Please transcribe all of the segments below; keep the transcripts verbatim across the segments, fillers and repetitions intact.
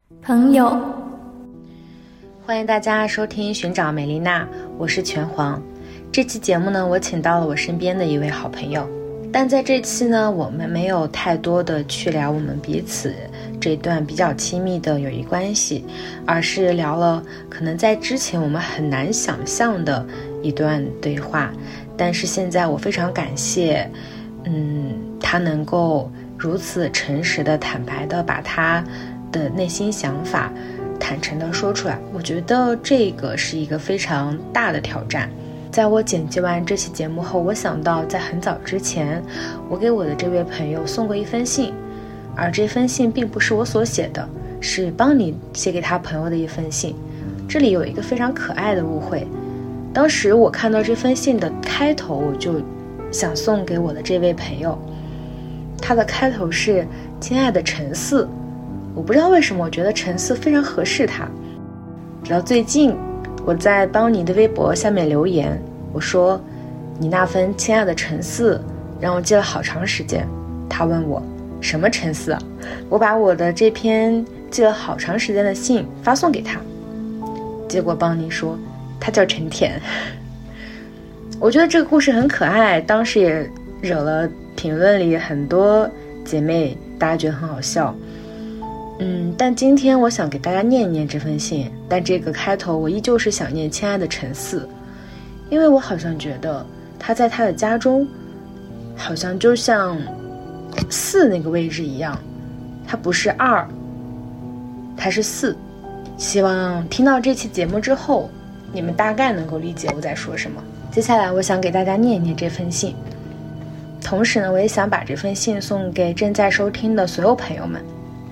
朋友。 欢迎大家收听寻找梅丽娜，我是拳皇。这期节目呢，我请到了我身边的一位好朋友，但在这期呢，我们没有太多的去聊我们彼此这段比较亲密的友谊关系，而是聊了可能在之前我们很难想象的一段对话。但是现在我非常感谢嗯，他能够如此诚实的坦白的把他的内心想法坦诚的说出来，我觉得这个是一个非常大的挑战。在我剪辑完这期节目后，我想到在很早之前我给我的这位朋友送过一封信，而这封信并不是我所写的，是邦尼写给他朋友的一封信。这里有一个非常可爱的误会，当时我看到这封信的开头，我就想送给我的这位朋友，他的开头是亲爱的陈四。我不知道为什么我觉得陈四非常合适他，直到最近我在邦尼的微博下面留言，我说你那份亲爱的陈四让我记了好长时间。他问我什么陈四啊？我把我的这篇记了好长时间的信发送给他，结果邦尼说他叫陈甜。我觉得这个故事很可爱，当时也惹了评论里很多姐妹，大家觉得很好笑。嗯，但今天我想给大家念一念这封信，但这个开头我依旧是想念亲爱的陈四，因为我好像觉得他在他的家中好像就像四那个位置一样，他不是二，他是四。希望听到这期节目之后你们大概能够理解我在说什么。接下来我想给大家念一念这封信，同时呢，我也想把这封信送给正在收听的所有朋友们。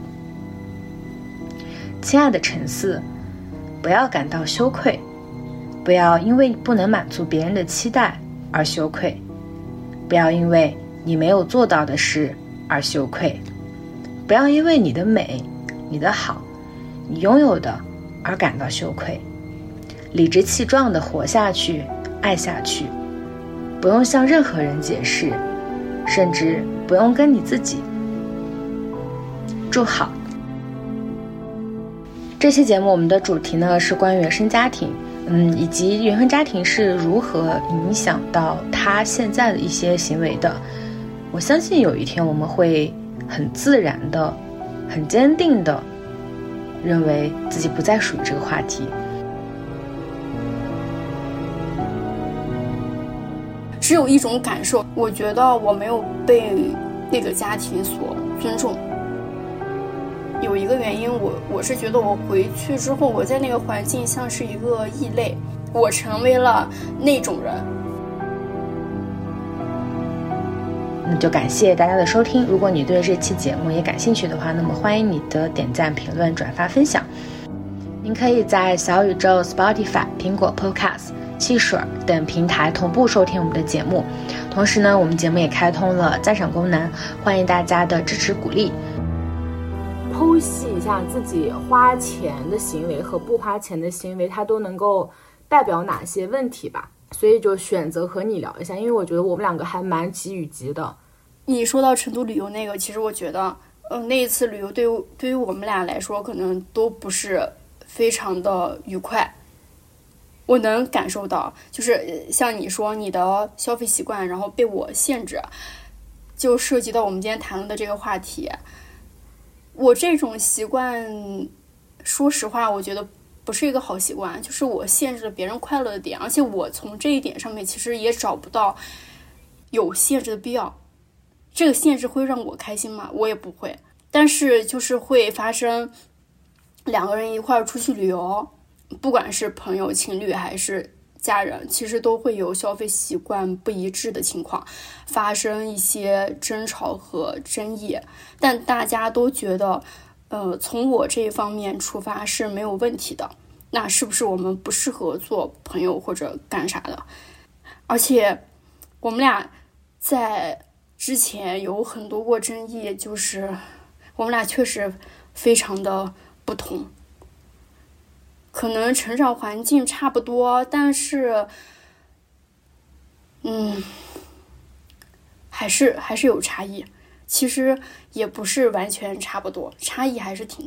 亲爱的陈四，不要感到羞愧，不要因为不能满足别人的期待而羞愧，不要因为你没有做到的事而羞愧，不要因为你的美、你的好、你拥有的而感到羞愧，理直气壮地活下去，爱下去，不用向任何人解释，甚至不用跟你自己。祝好。这期节目我们的主题呢是关于原生家庭，嗯，以及原生家庭是如何影响到他现在的一些行为的。我相信有一天我们会很自然的、很坚定的认为自己不再属于这个话题。 只有一种感受，我觉得我没有被那个家庭所尊重。有一个原因，我我是觉得我回去之后，我在那个环境像是一个异类，我成为了那种人。 那就感谢大家的收听，如果你对这期节目也感兴趣的话，那么欢迎你的点赞、评论、转发、分享。您可以在小宇宙、Spotify、苹果 Podcast、汽水等平台同步收听我们的节目。同时呢，我们节目也开通了赞赏功能，欢迎大家的支持鼓励。 剖析一下自己花钱的行为和不花钱的行为，它都能够代表哪些问题吧，所以就选择和你聊一下，因为我觉得我们两个还蛮急与急的。 你说到成都旅游那个，其实我觉得呃，那一次旅游对于对于我们俩来说可能都不是非常的愉快。我能感受到，就是像你说你的消费习惯然后被我限制，就涉及到我们今天谈论的这个话题。我这种习惯说实话我觉得不是一个好习惯，就是我限制了别人快乐的点，而且我从这一点上面其实也找不到有限制的必要。这个限制会让我开心吗？我也不会，但是就是会发生两个人一块儿出去旅游，不管是朋友、情侣还是家人，其实都会有消费习惯不一致的情况，发生一些争吵和争议，但大家都觉得呃，从我这一方面出发是没有问题的，那是不是我们不适合做朋友或者干啥的？而且我们俩在之前有很多过争议，就是我们俩确实非常的不同，可能成长环境差不多，但是嗯，还是还是有差异，其实也不是完全差不多，差异还是挺大的。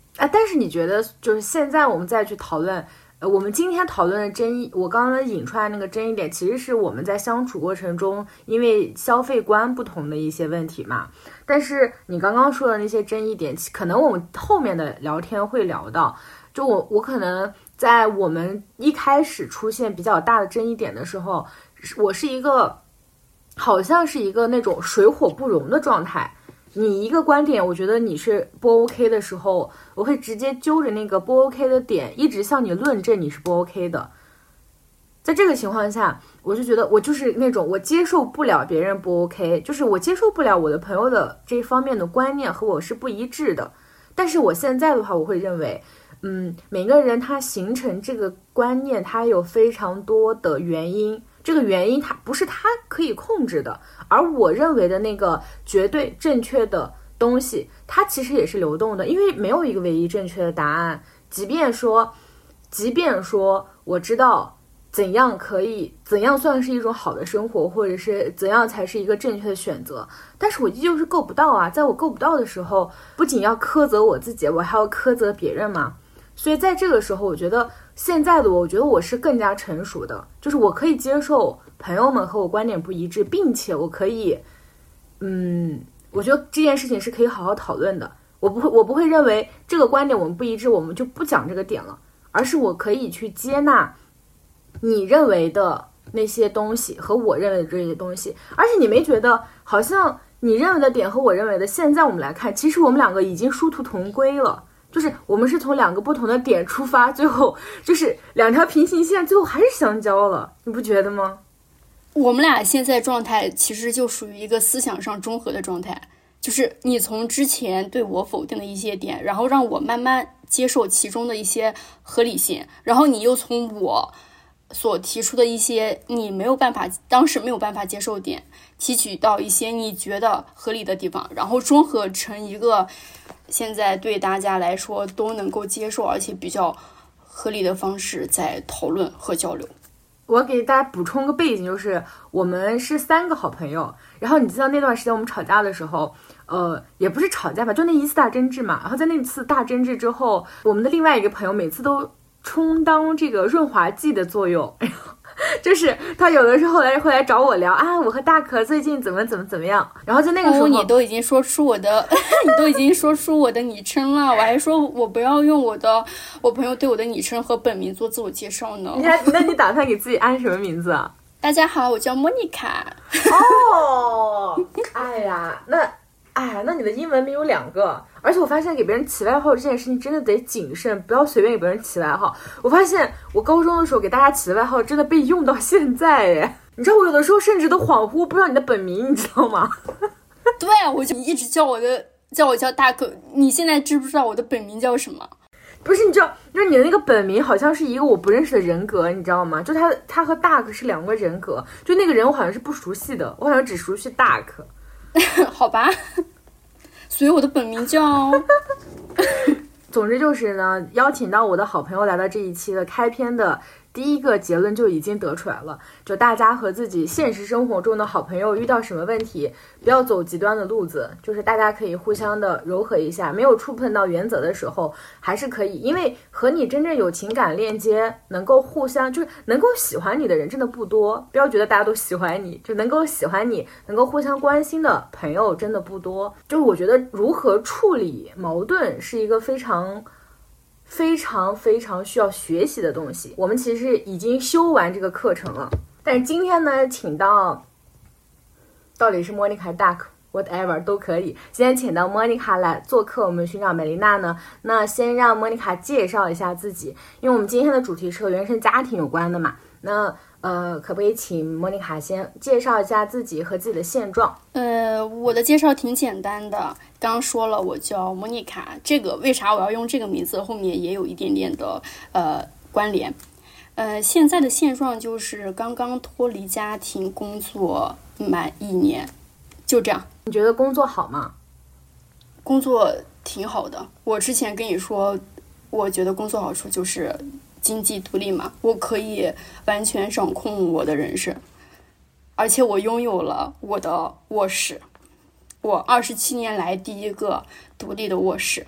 啊，但是你觉得就是现在我们再去讨论，呃，我们今天讨论的争议，我刚刚引出来那个争议点，其实是我们在相处过程中因为消费观不同的一些问题嘛。但是你刚刚说的那些争议点，可能我们后面的聊天会聊到，就我我可能在我们一开始出现比较大的争议点的时候，我是一个好像是一个那种水火不容的状态。你一个观点我觉得你是不 OK 的时候，我会直接揪着那个不 OK 的点一直向你论证你是不 OK 的。在这个情况下，我就觉得我就是那种我接受不了别人不 OK， 就是我接受不了我的朋友的这方面的观念和我是不一致的。但是我现在的话，我会认为嗯，每个人他形成这个观念，他有非常多的原因，这个原因它不是他可以控制的，而我认为的那个绝对正确的东西，它其实也是流动的，因为没有一个唯一正确的答案。即便说，即便说我知道怎样可以，怎样算是一种好的生活，或者是怎样才是一个正确的选择，但是我依旧是够不到啊。在我够不到的时候，不仅要苛责我自己，我还要苛责别人嘛。所以在这个时候，我觉得现在的我，我觉得我是更加成熟的，就是我可以接受朋友们和我观点不一致，并且我可以，嗯，我觉得这件事情是可以好好讨论的。我不会，我不会认为这个观点我们不一致，我们就不讲这个点了，而是我可以去接纳你认为的那些东西和我认为的这些东西。而且你没觉得好像你认为的点和我认为的，现在我们来看，其实我们两个已经殊途同归了。就是我们是从两个不同的点出发，最后就是两条平行线，最后还是相交了，你不觉得吗？ 我们俩现在状态其实就属于一个思想上中和的状态，就是你从之前对我否定的一些点，然后让我慢慢接受其中的一些合理性，然后你又从我所提出的一些你没有办法当时没有办法接受点提取到一些你觉得合理的地方，然后综合成一个现在对大家来说都能够接受而且比较合理的方式在讨论和交流。 我给大家补充个背景，就是我们是三个好朋友，然后你知道那段时间我们吵架的时候，呃，也不是吵架吧，就那一次大争执嘛。然后在那次大争执之后，我们的另外一个朋友每次都充当这个润滑剂的作用，就是他有的时候来会来找我聊啊，我和大可最近怎么怎么怎么样。然后在那个时候， 哦、你都已经说出我的，你都已经说出我的昵称了，我还说我不要用我的我朋友对我的昵称和本名做自我介绍呢。 你还那你打算给自己安什么名字啊？ 大家好，我叫莫妮卡。 哦，哎呀，那哎呀，那你的英文名有两个。而且我发现给别人起外号这件事情真的得谨慎，不要随便给别人起外号。我发现我高中的时候给大家起的外号真的被用到现在耶，你知道我有的时候甚至都恍惚不知道你的本名，你知道吗？ 对啊，我就一直叫我的叫我叫大可，你现在知不知道我的本名叫什么？ 不是，你知道，就是你的那个本名好像是一个我不认识的人格，你知道吗？就他他和大可是两个人格，就那个人我好像是不熟悉的，我好像只熟悉大可。 好吧。所以我的本名叫总之就是呢，邀请到我的好朋友来到这一期的开篇的第一个结论就已经得出来了，就大家和自己现实生活中的好朋友遇到什么问题，不要走极端的路子，就是大家可以互相的柔和一下，没有触碰到原则的时候还是可以，因为和你真正有情感链接，能够互相就是能够喜欢你的人真的不多，不要觉得大家都喜欢你，就能够喜欢你能够互相关心的朋友真的不多。就是我觉得如何处理矛盾是一个非常非常非常需要学习的东西，我们其实已经修完这个课程了，但是今天呢，请到到底是 Monica Duck whatever 都可以，今天请到 Monica 来做客我们寻找美丽娜呢，那先让 Monica 介绍一下自己，因为我们今天的主题是和原生家庭有关的嘛，那呃，可不可以请 Monica 先介绍一下自己和自己的现状？ 呃，我的介绍挺简单的，刚说了我叫 Monica， 这个为啥我要用这个名字，后面也有一点点的呃关联。呃，现在的现状就是刚刚脱离家庭，工作满一年，就这样。 你觉得工作好吗？ 工作挺好的，我之前跟你说，我觉得工作好处就是经济独立嘛，我可以完全掌控我的人生，而且我拥有了我的卧室，我二十七年来第一个独立的卧室。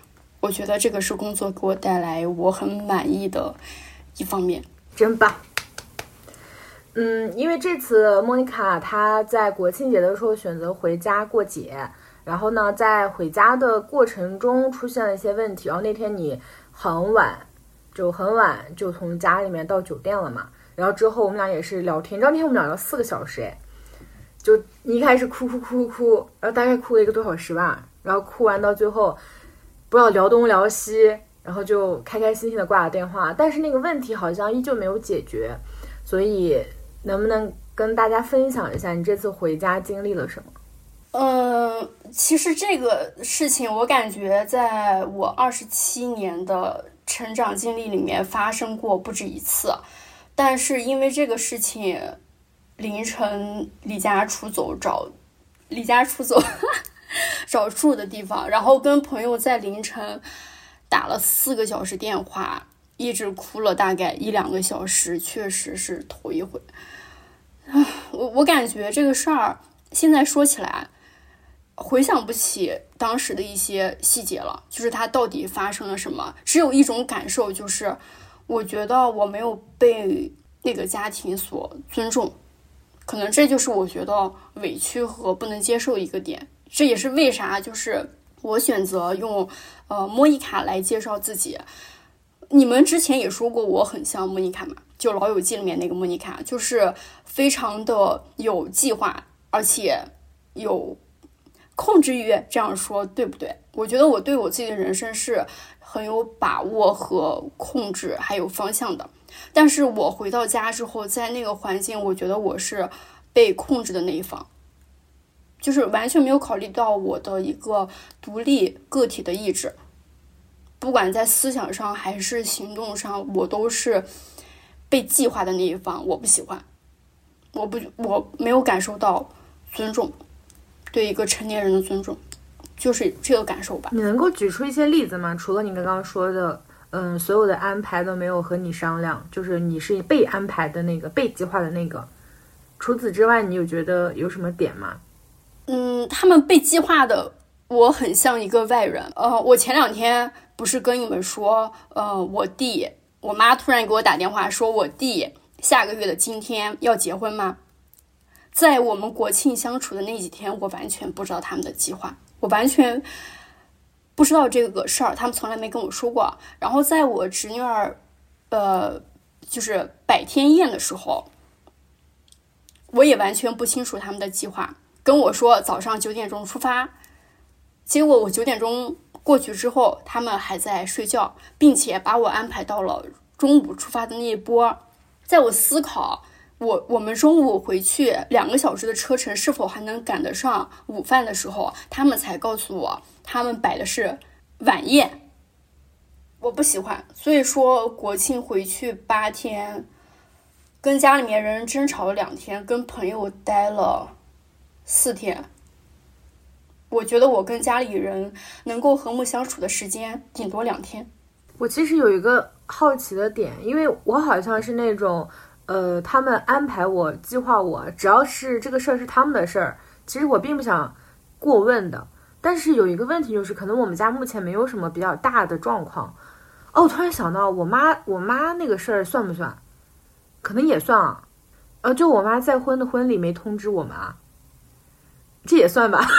我觉得这个是工作给我带来我很满意的一方面。 真棒。嗯，因为这次莫妮卡她在国庆节的时候选择回家过节，然后呢在回家的过程中出现了一些问题，然后那天你很晚就很晚就从家里面到酒店了嘛，然后之后我们俩也是聊天，你知道那天我们俩聊四个小时哎，就你一开始哭哭哭哭，然后大概哭了一个多小时吧，然后哭完到最后不知道聊东聊西，然后就开开心心的挂了电话，但是那个问题好像依旧没有解决，所以能不能跟大家分享一下你这次回家经历了什么？ 嗯，其实这个事情我感觉在我二十七年的成长经历里面发生过不止一次，但是因为这个事情凌晨离家出走找离家出走找住的地方，然后跟朋友在凌晨打了四个小时电话，一直哭了大概一两个小时，确实是头一回。我我感觉这个事儿现在说起来回想不起当时的一些细节了，就是它到底发生了什么，只有一种感受，就是我觉得我没有被那个家庭所尊重，可能这就是我觉得委屈和不能接受一个点。这也是为啥就是我选择用呃莫妮卡来介绍自己。你们之前也说过我很像莫妮卡嘛，就《老友记》里面那个莫妮卡，就是非常的有计划，而且有控制欲，这样说对不对？我觉得我对我自己的人生是很有把握和控制还有方向的，但是我回到家之后，在那个环境，我觉得我是被控制的那一方，就是完全没有考虑到我的一个独立个体的意志，不管在思想上还是行动上，我都是被计划的那一方，我不喜欢，我不我没有感受到尊重，对一个成年人的尊重，就是这个感受吧。 你能够举出一些例子吗？除了你刚刚说的嗯，所有的安排都没有和你商量，就是你是被安排的那个被计划的那个，除此之外你有觉得有什么点吗？ 嗯，他们被计划的我很像一个外人。呃，我前两天不是跟你们说，呃，我弟我妈突然给我打电话说我弟下个月的今天要结婚吗？在我们国庆相处的那几天，我完全不知道他们的计划，我完全不知道这个事儿，他们从来没跟我说过。然后在我侄女儿呃就是百天宴的时候，我也完全不清楚他们的计划，跟我说早上九点钟出发，结果我九点钟过去之后，他们还在睡觉，并且把我安排到了中午出发的那一波。在我思考我我们中午回去两个小时的车程是否还能赶得上午饭的时候，他们才告诉我他们摆的是晚宴，我不喜欢。所以说国庆回去八天，跟家里面人争吵了两天，跟朋友待了四天，我觉得我跟家里人能够和睦相处的时间顶多两天。 我其实有一个好奇的点，因为我好像是那种呃，他们安排我计划我，只要是这个事儿是他们的事儿，其实我并不想过问的。但是有一个问题就是，可能我们家目前没有什么比较大的状况。哦，我突然想到我妈我妈那个事儿算不算？可能也算啊。呃，就我妈再婚的婚礼没通知我们啊，这也算吧。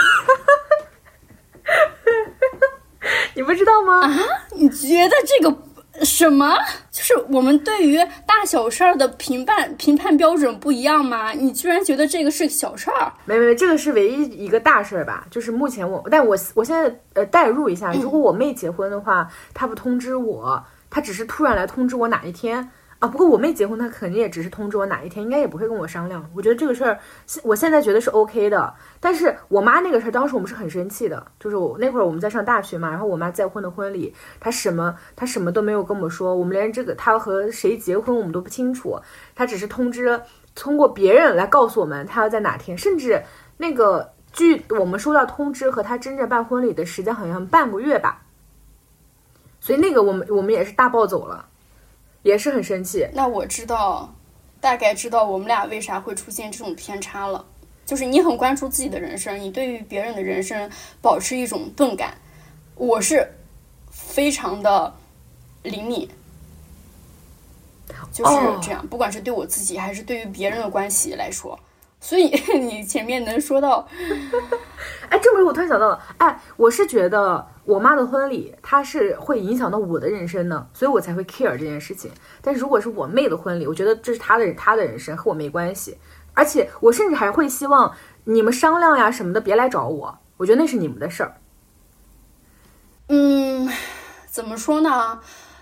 你不知道吗？ 啊，你觉得这个什么？就是我们对于大小事儿的评判评判标准不一样吗？你居然觉得这个是小事儿？ 没没没，这个是唯一一个大事儿吧？就是目前我，但我我现在呃代入一下，如果我妹结婚的话，她不通知我，她只是突然来通知我哪一天。啊，不过我妹结婚，她肯定也只是通知我哪一天，应该也不会跟我商量。我觉得这个事儿，我现在觉得是 OK 的。但是我妈那个事儿，当时我们是很生气的，就是我那会儿我们在上大学嘛，然后我妈再婚的婚礼，她什么她什么都没有跟我说，我们连这个她和谁结婚我们都不清楚，她只是通知通过别人来告诉我们她要在哪天，甚至那个据我们收到通知和她真正办婚礼的时间好像半个月吧，所以那个我们我们也是大暴走了。也是很生气。 那我知道，大概知道我们俩为啥会出现这种偏差了。就是你很关注自己的人生，你对于别人的人生保持一种钝感。我是非常的灵敏，就是这样，不管是对我自己还是对于别人的关系来说。所以你前面能说到哎，这么说我突然想到了，哎，我是觉得我妈的婚礼它是会影响到我的人生的，所以我才会 care 这件事情。但是如果是我妹的婚礼，我觉得这是她的她的人生，和我没关系。而且我甚至还会希望你们商量呀什么的别来找我，我觉得那是你们的事儿。 嗯，怎么说呢，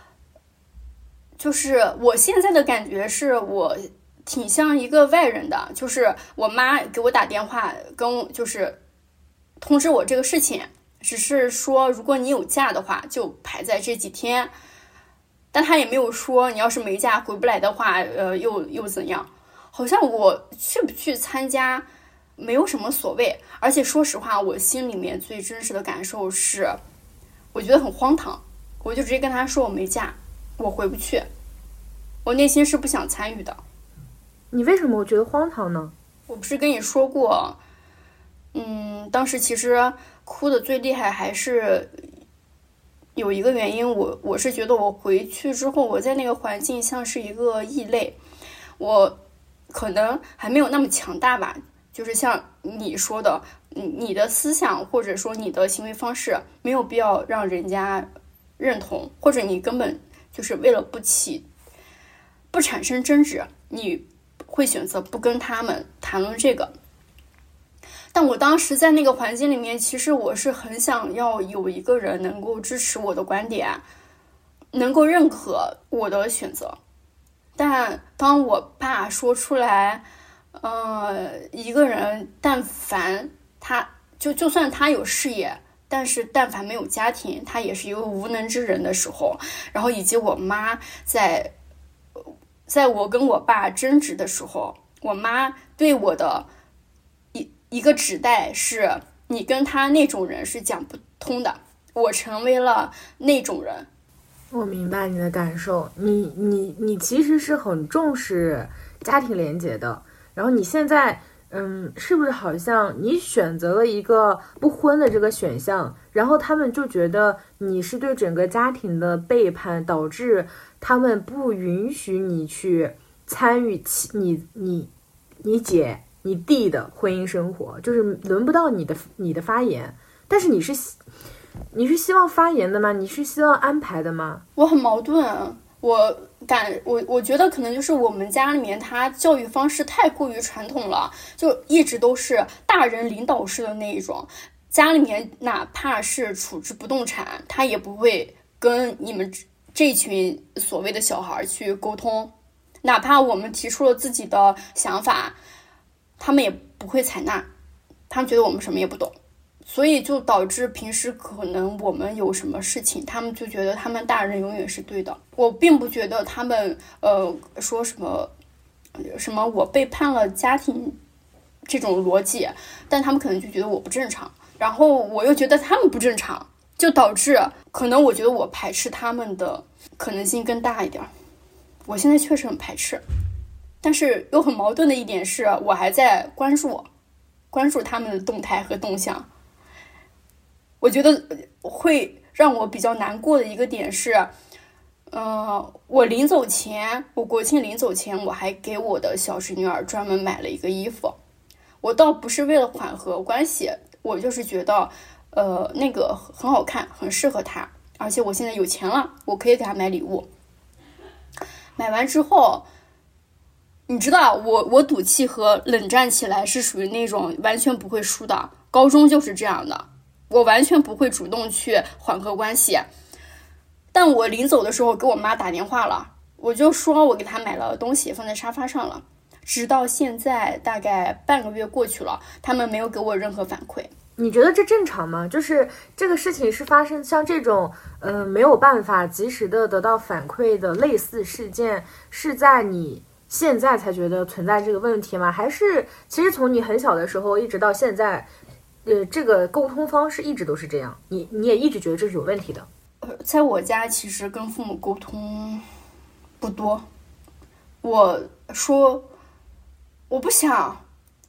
就是我现在的感觉是我挺像一个外人的，就是我妈给我打电话跟就是通知我这个事情，只是说如果你有假的话就排在这几天，但她也没有说你要是没假回不来的话呃，又又怎样。好像我去不去参加没有什么所谓，而且说实话我心里面最真实的感受是我觉得很荒唐，我就直接跟她说我没假，我回不去，我内心是不想参与的。 你为什么我觉得荒唐呢？ 我不是跟你说过，嗯，当时其实哭的最厉害还是有一个原因，我我是觉得我回去之后，我在那个环境像是一个异类，我可能还没有那么强大吧，就是像你说的，你的思想或者说你的行为方式没有必要让人家认同，或者你根本就是为了不起不产生争执，你会选择不跟他们谈论这个。但我当时在那个环境里面，其实我是很想要有一个人能够支持我的观点，能够认可我的选择。但当我爸说出来呃，一个人但凡他就就算他有事业，但是但凡没有家庭，他也是一个无能之人的时候，然后以及我妈在在我跟我爸争执的时候，我妈对我的一一个指代是你跟他那种人是讲不通的，我成为了那种人。 我明白你的感受，你你你其实是很重视家庭连结的，然后你现在嗯，是不是好像你选择了一个不婚的这个选项，然后他们就觉得你是对整个家庭的背叛，导致他们不允许你去参与你你你姐你弟的婚姻生活，就是轮不到你的你的发言。但是你是你是希望发言的吗？你是希望安排的吗？ 我很矛盾，我感我我觉得可能就是我们家里面他教育方式太过于传统了，就一直都是大人领导式的那一种，家里面哪怕是处置不动产，他也不会跟你们这群所谓的小孩去沟通，哪怕我们提出了自己的想法，他们也不会采纳，他们觉得我们什么也不懂。所以就导致平时可能我们有什么事情，他们就觉得他们大人永远是对的。我并不觉得他们呃说什么什么我背叛了家庭这种逻辑，但他们可能就觉得我不正常，然后我又觉得他们不正常，就导致可能我觉得我排斥他们的可能性更大一点。我现在确实很排斥，但是又很矛盾的一点是我还在关注关注他们的动态和动向。我觉得会让我比较难过的一个点是，呃，我临走前，我国庆临走前，我还给我的小侄女儿专门买了一个衣服。我倒不是为了缓和关系，我就是觉得，呃，那个很好看，很适合她，而且我现在有钱了，我可以给她买礼物。买完之后，你知道，我我赌气和冷战起来是属于那种完全不会输的，高中就是这样的。我完全不会主动去缓和关系，但我临走的时候给我妈打电话了，我就说我给她买了东西放在沙发上了，直到现在大概半个月过去了，他们没有给我任何反馈。 你觉得这正常吗？就是这个事情是发生像这种呃没有办法及时的得到反馈的类似事件，是在你现在才觉得存在这个问题吗？还是其实从你很小的时候一直到现在呃，这个沟通方式一直都是这样，你你也一直觉得这是有问题的。 在我家其实跟父母沟通不多，我说我不想，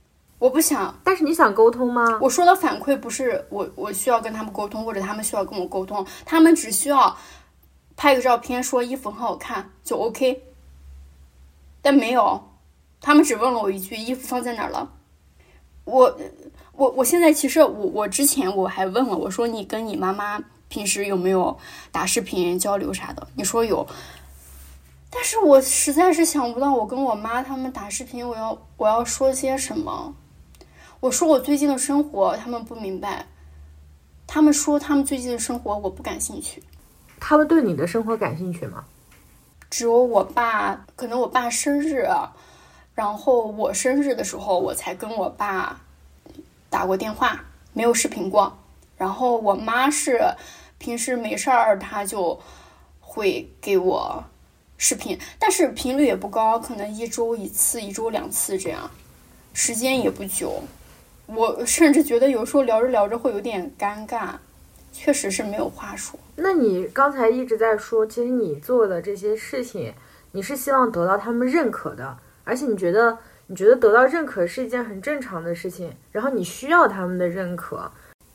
我不想。 但是你想沟通吗？ 我说的反馈不是我我需要跟他们沟通，或者他们需要跟我沟通，他们只需要拍个照片说衣服很好看就 OK。 但没有，他们只问了我一句衣服放在哪儿了。我我我现在其实我我之前我还问了，我说你跟你妈妈平时有没有打视频交流啥的？你说有，但是我实在是想不到我跟我妈他们打视频我要我要说些什么。我说我最近的生活他们不明白，他们说他们最近的生活我不感兴趣。 他们对你的生活感兴趣吗？ 只有我爸，可能我爸生日，然后我生日的时候我才跟我爸打过电话，没有视频过。然后我妈是平时没事儿她就会给我视频，但是频率也不高，可能一周一次一周两次这样，时间也不久。我甚至觉得有时候聊着聊着会有点尴尬，确实是没有话说。 那你刚才一直在说，其实你做的这些事情你是希望得到他们认可的，而且你觉得你觉得得到认可是一件很正常的事情，然后你需要他们的认可。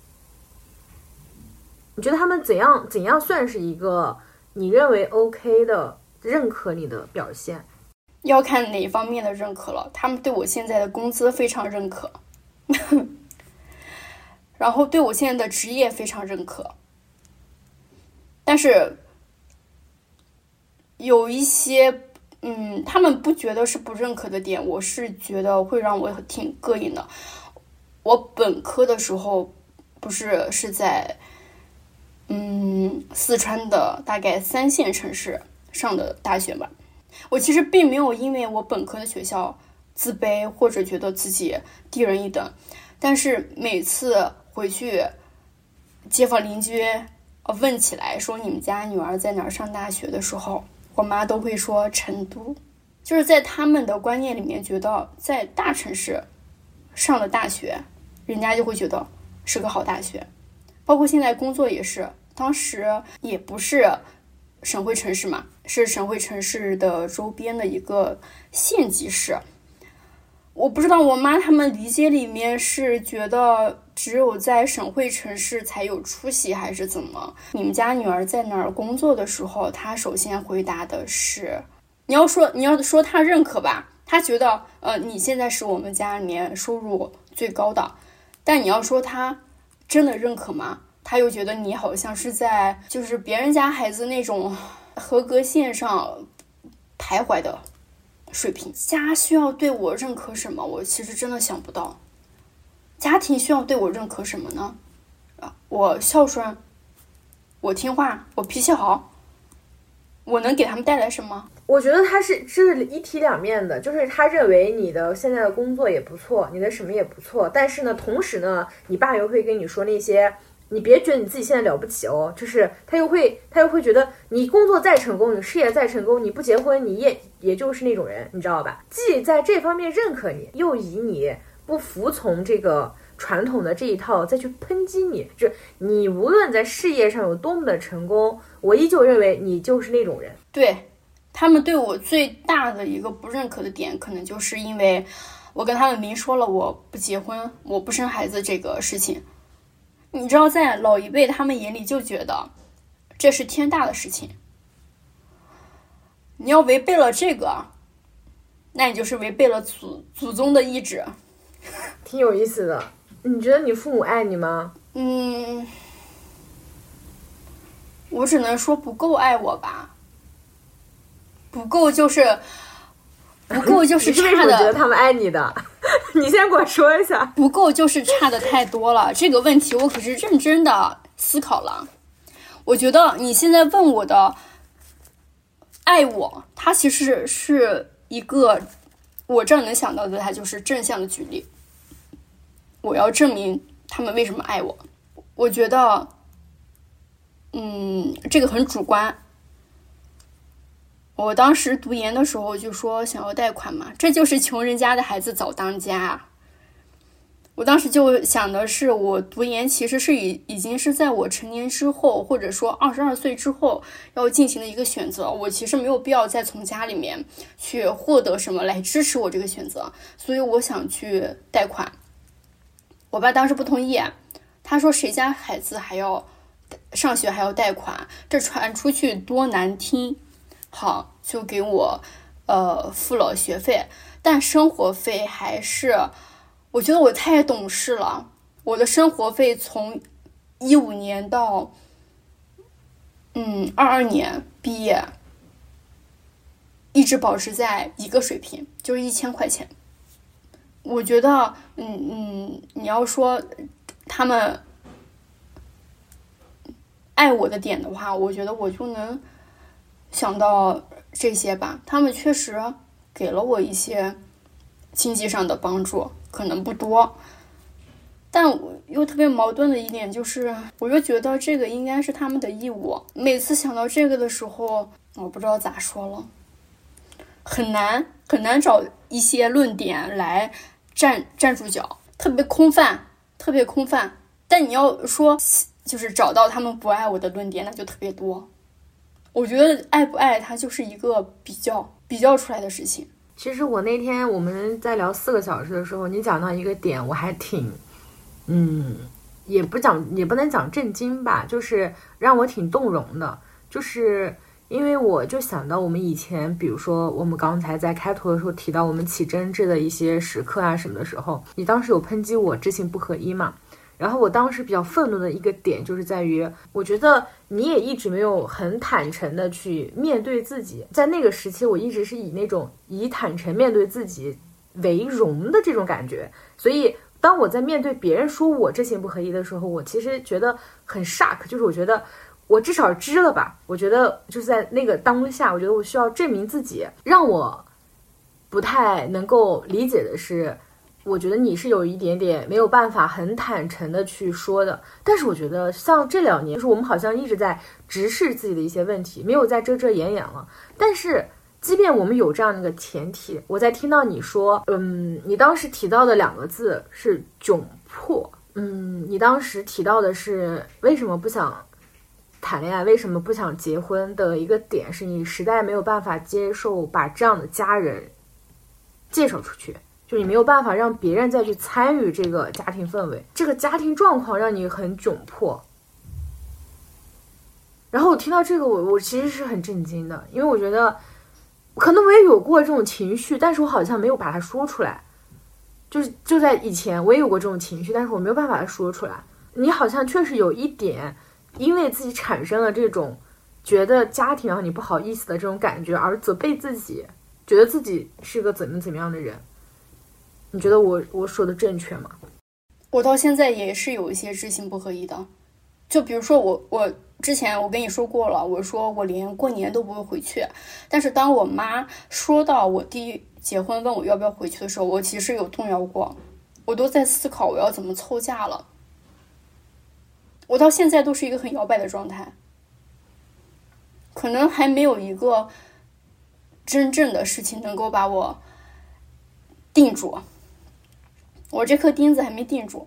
你觉得他们怎样怎样算是一个你认为 OK 的认可你的表现？ 要看哪方面的认可了。他们对我现在的工资非常认可然后对我现在的职业非常认可，但是有一些嗯，他们不觉得是不认可的点，我是觉得会让我挺膈应的。我本科的时候不是是在嗯四川的大概三线城市上的大学吧，我其实并没有因为我本科的学校自卑或者觉得自己低人一等，但是每次回去街坊邻居问起来说你们家女儿在哪儿上大学的时候，我妈都会说成都。就是在他们的观念里面觉得在大城市上了大学人家就会觉得是个好大学。包括现在工作也是，当时也不是省会城市嘛，是省会城市的周边的一个县级市。我不知道我妈他们理解里面是觉得只有在省会城市才有出息还是怎么。你们家女儿在哪儿工作的时候，她首先回答的是，你要说你要说她认可吧，她觉得呃你现在是我们家里面收入最高的，但你要说她真的认可吗？她又觉得你好像是在就是别人家孩子那种合格线上徘徊的水平。家需要对我认可什么？我其实真的想不到。家庭需要对我认可什么呢？啊，我孝顺，我听话，我脾气好，我能给他们带来什么？ 我觉得他是是一体两面的，就是他认为你的现在的工作也不错，你的什么也不错，但是呢，同时呢，你爸又会跟你说那些，你别觉得你自己现在了不起哦，就是他又会他又会觉得你工作再成功，你事业再成功，你不结婚，你也也就是那种人，你知道吧？既在这方面认可你，又以你不服从这个传统的这一套再去抨击你，就是你无论在事业上有多么的成功，我依旧认为你就是那种人。 对，他们对我最大的一个不认可的点，可能就是因为我跟他们明说了我不结婚，我不生孩子这个事情。你知道，在老一辈他们眼里就觉得这是天大的事情，你要违背了这个，那你就是违背了祖祖宗的意志。 挺有意思的。你觉得你父母爱你吗？ 嗯，我只能说不够爱我吧。不够就是不够就是差的。 你是为什么觉得他们爱你的？你先给我说一下。 不够就是差的太多了。这个问题我可是认真的思考了。我觉得你现在问我的爱我，它其实是一个我这儿能想到的，它就是正向的举例。我要证明他们为什么爱我。我觉得嗯，这个很主观。我当时读研的时候就说想要贷款嘛，这就是穷人家的孩子早当家。我当时就想的是，我读研其实是已已经是在我成年之后，或者说二十二岁之后要进行的一个选择。我其实没有必要再从家里面去获得什么来支持我这个选择，所以我想去贷款。 我爸当时不同意，他说谁家孩子还要上学还要贷款，这传出去多难听。好，就给我呃付了学费，但生活费还是，我觉得我太懂事了。我的生活费从一五年到嗯二二年毕业，一直保持在一个水平，就是一千块钱。我觉得，嗯嗯，你要说他们爱我的点的话，我觉得我就能想到这些吧。他们确实给了我一些经济上的帮助，可能不多，但我又特别矛盾的一点就是，我又觉得这个应该是他们的义务。每次想到这个的时候，我不知道咋说了，很难很难找一些论点来站站住脚，特别空泛，特别空泛。但你要说就是找到他们不爱我的论点，那就特别多。我觉得爱不爱它就是一个比较比较出来的事情。 其实我那天我们在聊四个小时的时候，你讲到一个点，我还挺，嗯，也不讲也不能讲震惊吧，就是让我挺动容的。就是因为我就想到我们以前，比如说我们刚才在开头的时候提到我们起争执的一些时刻啊什么的时候，你当时有抨击我知行不合一嘛？然后我当时比较愤怒的一个点就是在于，我觉得你也一直没有很坦诚的去面对自己。在那个时期，我一直是以那种以坦诚面对自己为荣的这种感觉，所以当我在面对别人说我知行不合一的时候，我其实觉得很 shock， 就是我觉得我至少知了吧，我觉得就是在那个当下，我觉得我需要证明自己。让我不太能够理解的是，我觉得你是有一点点没有办法很坦诚的去说的，但是我觉得像这两年，就是我们好像一直在直视自己的一些问题，没有再遮遮掩掩了。但是即便我们有这样的一个前提，我在听到你说，嗯，你当时提到的两个字是窘迫，嗯，你当时提到的是为什么不想谈恋爱，为什么不想结婚的一个点是你实在没有办法接受把这样的家人介绍出去，就你没有办法让别人再去参与这个家庭氛围，这个家庭状况让你很窘迫。然后我听到这个，我我其实是很震惊的，因为我觉得可能我也有过这种情绪，但是我好像没有把它说出来。就是就在以前我也有过这种情绪，但是我没有办法把它说出来。你好像确实有一点因为自己产生了这种觉得家庭让你不好意思的这种感觉而责备自己，觉得自己是个怎么怎么样的人。你觉得我我说的正确吗？ 我到现在也是有一些知行不合一的，就比如说我我之前我跟你说过了，我说我连过年都不会回去，但是当我妈说到我弟结婚问我要不要回去的时候，我其实有动摇过，我都在思考我要怎么凑假了。我到现在都是一个很摇摆的状态，可能还没有一个真正的事情能够把我定住，我这颗钉子还没定住。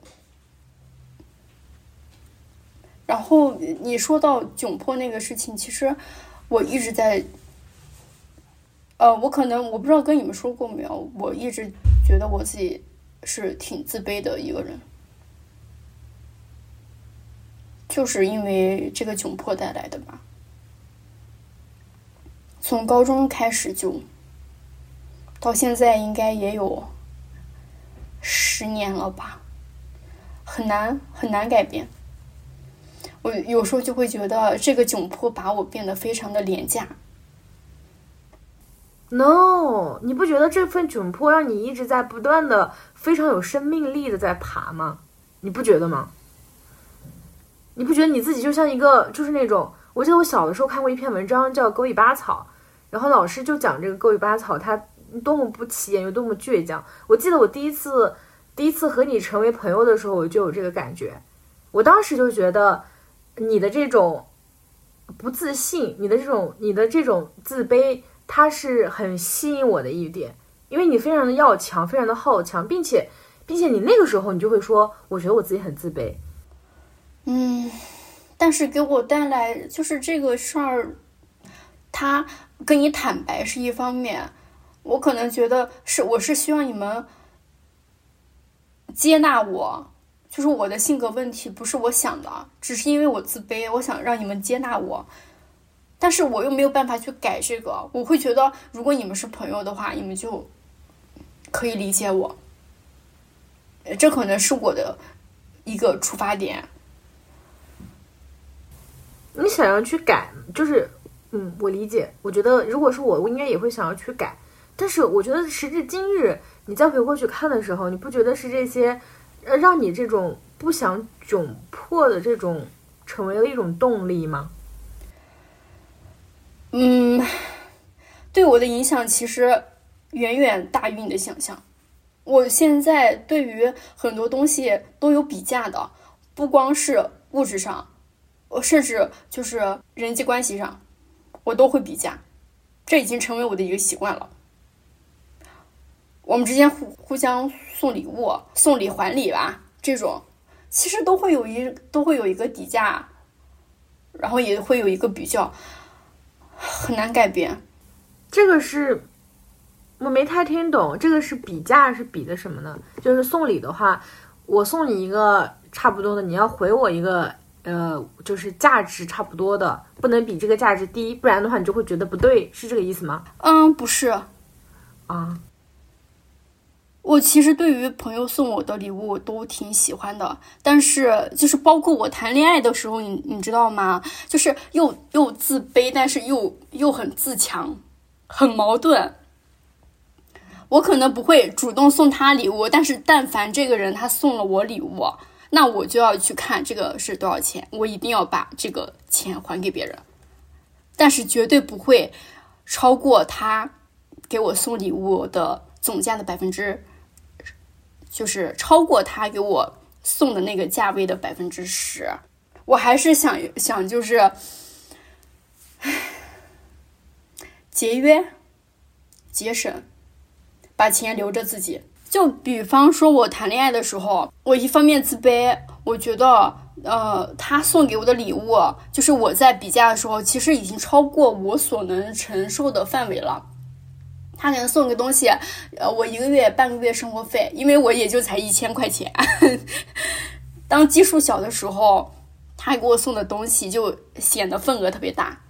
然后你说到窘迫那个事情，其实我一直在呃，我可能我不知道跟你们说过没有，我一直觉得我自己是挺自卑的一个人，就是因为这个窘迫带来的吧。从高中开始就到现在应该也有十年了吧，很难很难改变。我有时候就会觉得这个窘迫把我变得非常的廉价。 No， 你不觉得这份窘迫让你一直在不断的非常有生命力的在爬吗？你不觉得吗？你不觉得你自己就像一个就是那种，我记得我小的时候看过一篇文章叫狗尾巴草，然后老师就讲这个狗尾巴草它多么不起眼又多么倔强。我记得我第一次第一次和你成为朋友的时候，我就有这个感觉。我当时就觉得你的这种不自信，你的这种你的这种自卑，它是很吸引我的一点，因为你非常的要强，非常的好强，并且并且你那个时候你就会说，我觉得我自己很自卑。 嗯，但是给我带来就是这个事儿，他跟你坦白是一方面，我可能觉得是我是希望你们接纳我， 就是我的性格问题不是我想的，只是因为我自卑，我想让你们接纳我，但是我又没有办法去改这个。我会觉得如果你们是朋友的话，你们就可以理解我，这可能是我的一个出发点。 你想要去改，就是嗯，我理解。我觉得如果是我，我应该也会想要去改。但是我觉得时至今日，你再回过去看的时候，你不觉得是这些呃让你这种不想窘迫的这种成为了一种动力吗？ 嗯，对我的影响其实远远大于你的想象。我现在对于很多东西都有比价的，不光是物质上，甚至就是人际关系上，我都会比价，这已经成为我的一个习惯了。我们之间互互相送礼物，送礼还礼吧，这种其实都会有一都会有一个底价，然后也会有一个比较，很难改变。 这个是我没太听懂，这个是比价是比的什么呢？就是送礼的话，我送你一个差不多的，你要回我一个呃，就是价值差不多的，不能比这个价值低，不然的话你就会觉得不对，是这个意思吗？ 嗯，不是啊。 我其实对于朋友送我的礼物我都挺喜欢的，但是就是包括我谈恋爱的时候，你你知道吗？就是又又自卑，但是又又很自强，很矛盾。我可能不会主动送他礼物，但是但凡这个人他送了我礼物，那我就要去看这个是多少钱，我一定要把这个钱还给别人，但是绝对不会超过他给我送礼物的总价的百分之，就是超过他给我送的那个价位的百分之十。我还是想想就是节约节省，把钱留着自己。就比方说我谈恋爱的时候，我一方面自卑，我觉得呃，他送给我的礼物就是我在比价的时候其实已经超过我所能承受的范围了。他可能送个东西，呃，我一个月半个月生活费，因为我也就才一千块钱。当基数小的时候，他给我送的东西就显得份额特别大。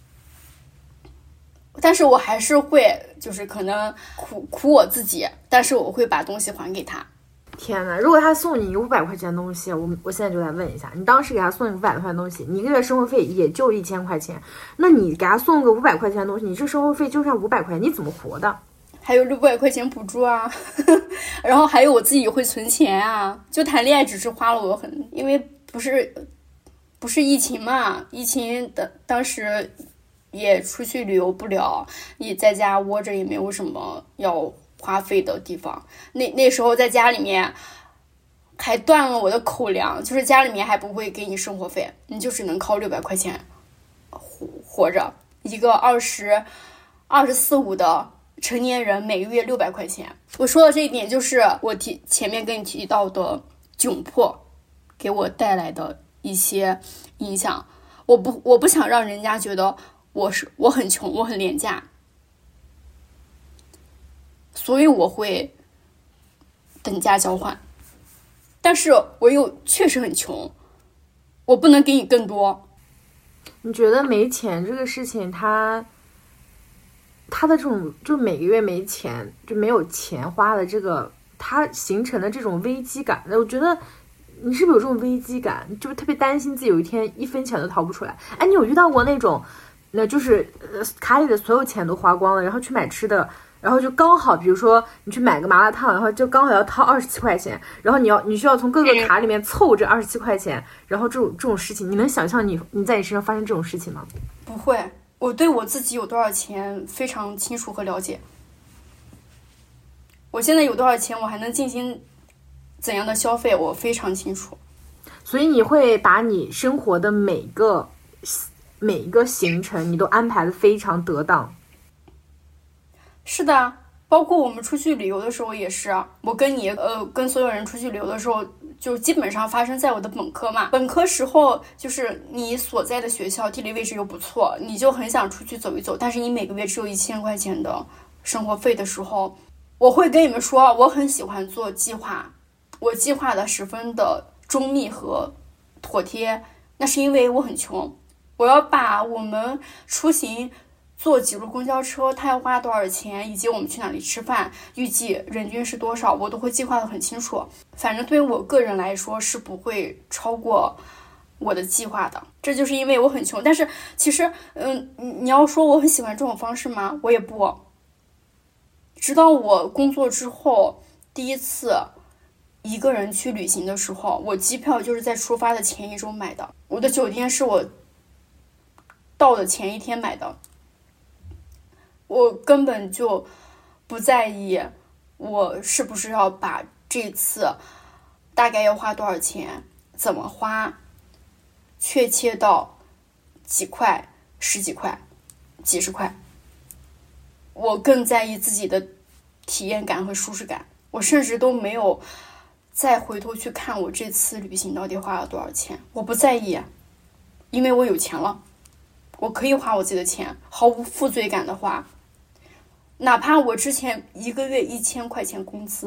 但是我还是会，就是可能苦苦我自己，但是我会把东西还给他。 天哪！如果他送你一个五百块钱的东西，我我现在就来问一下，你当时给他送一个五百块钱的东西，你一个月生活费也就一千块钱，那你给他送个五百块钱的东西，你这生活费就剩五百块钱，你怎么活的？ 还有六百块钱补助啊，然后还有我自己会存钱啊。就谈恋爱只是花了我很，因为不是不是疫情嘛，疫情的当时也出去旅游不了，也在家窝着，也没有什么要花费的地方。那那时候在家里面还断了我的口粮，就是家里面还不会给你生活费，你就只能靠六百块钱活活着。一个二十二十四五的成年人每个月六百块钱。我说的这一点就是我提前面跟你提到的窘迫给我带来的一些影响。我不我不想让人家觉得我是我很穷，我很廉价，所以我会等价交换。但是我又确实很穷，我不能给你更多。 你觉得没钱这个事情，它它的这种就每个月没钱，就没有钱花的这个，它形成的这种危机感，我觉得你是不是有这种危机感，就是特别担心自己有一天一分钱都掏不出来？哎，你有遇到过那种那就是呃卡里的所有钱都花光了，然后去买吃的，然后就刚好比如说你去买个麻辣烫，然后就刚好要掏二十七块钱，然后你要你需要从各个卡里面凑这二十七块钱，然后这种这种事情，你能想象你你在你身上发生这种事情吗？ 不会，我对我自己有多少钱非常清楚和了解。我现在有多少钱，我还能进行怎样的消费，我非常清楚。 所以你会把你生活的每个每一个行程你都安排的非常得当。 是的，包括我们出去旅游的时候也是，我跟你呃跟所有人出去旅游的时候，就基本上发生在我的本科嘛。本科时候就是你所在的学校地理位置又不错，你就很想出去走一走，但是你每个月只有一千块钱的生活费的时候，我会跟你们说，我很喜欢做计划，我计划的十分的周密和妥帖，那是因为我很穷。我要把我们出行坐几路公交车，它要花多少钱，以及我们去哪里吃饭，预计人均是多少，我都会计划得很清楚。反正对于我个人来说是不会超过我的计划的，这就是因为我很穷。但是其实，嗯，你要说我很喜欢这种方式吗？我也不。直到我工作之后，第一次一个人去旅行的时候，我机票就是在出发的前一周买的，我的酒店是我到的前一天买的。我根本就不在意我是不是要把这次大概要花多少钱，怎么花，确切到几块、十几块、几十块。我更在意自己的体验感和舒适感。我甚至都没有再回头去看我这次旅行到底花了多少钱，我不在意，因为我有钱了，我可以花我自己的钱，毫无负罪感的花。哪怕我之前一个月一千块钱工资，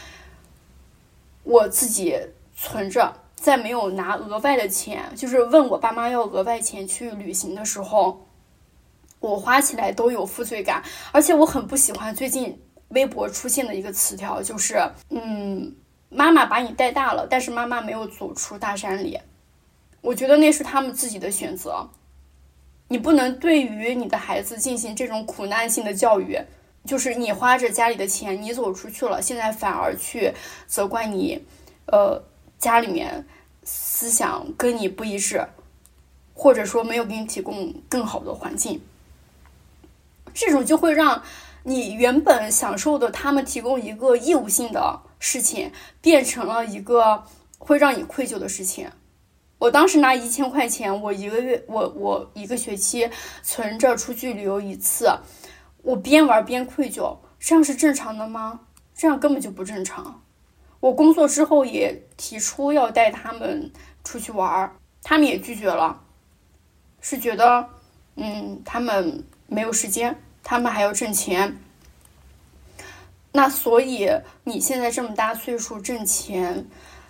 我自己存着，在没有拿额外的钱，就是问我爸妈要额外钱去旅行的时候，我花起来都有负罪感。而且我很不喜欢最近微博出现的一个词条，就是嗯，妈妈把你带大了，但是妈妈没有走出大山里。我觉得那是他们自己的选择，你不能对于你的孩子进行这种苦难性的教育，就是你花着家里的钱，你走出去了，现在反而去责怪你，呃，家里面思想跟你不一致，或者说没有给你提供更好的环境，这种就会让你原本享受的他们提供一个义务性的事情，变成了一个会让你愧疚的事情。我当时拿一千块钱，我一个月，我我一个学期存着出去旅游一次，我边玩边愧疚，这样是正常的吗？这样根本就不正常。我工作之后也提出要带他们出去玩，他们也拒绝了，是觉得嗯，他们没有时间，他们还要挣钱。那所以你现在这么大岁数挣钱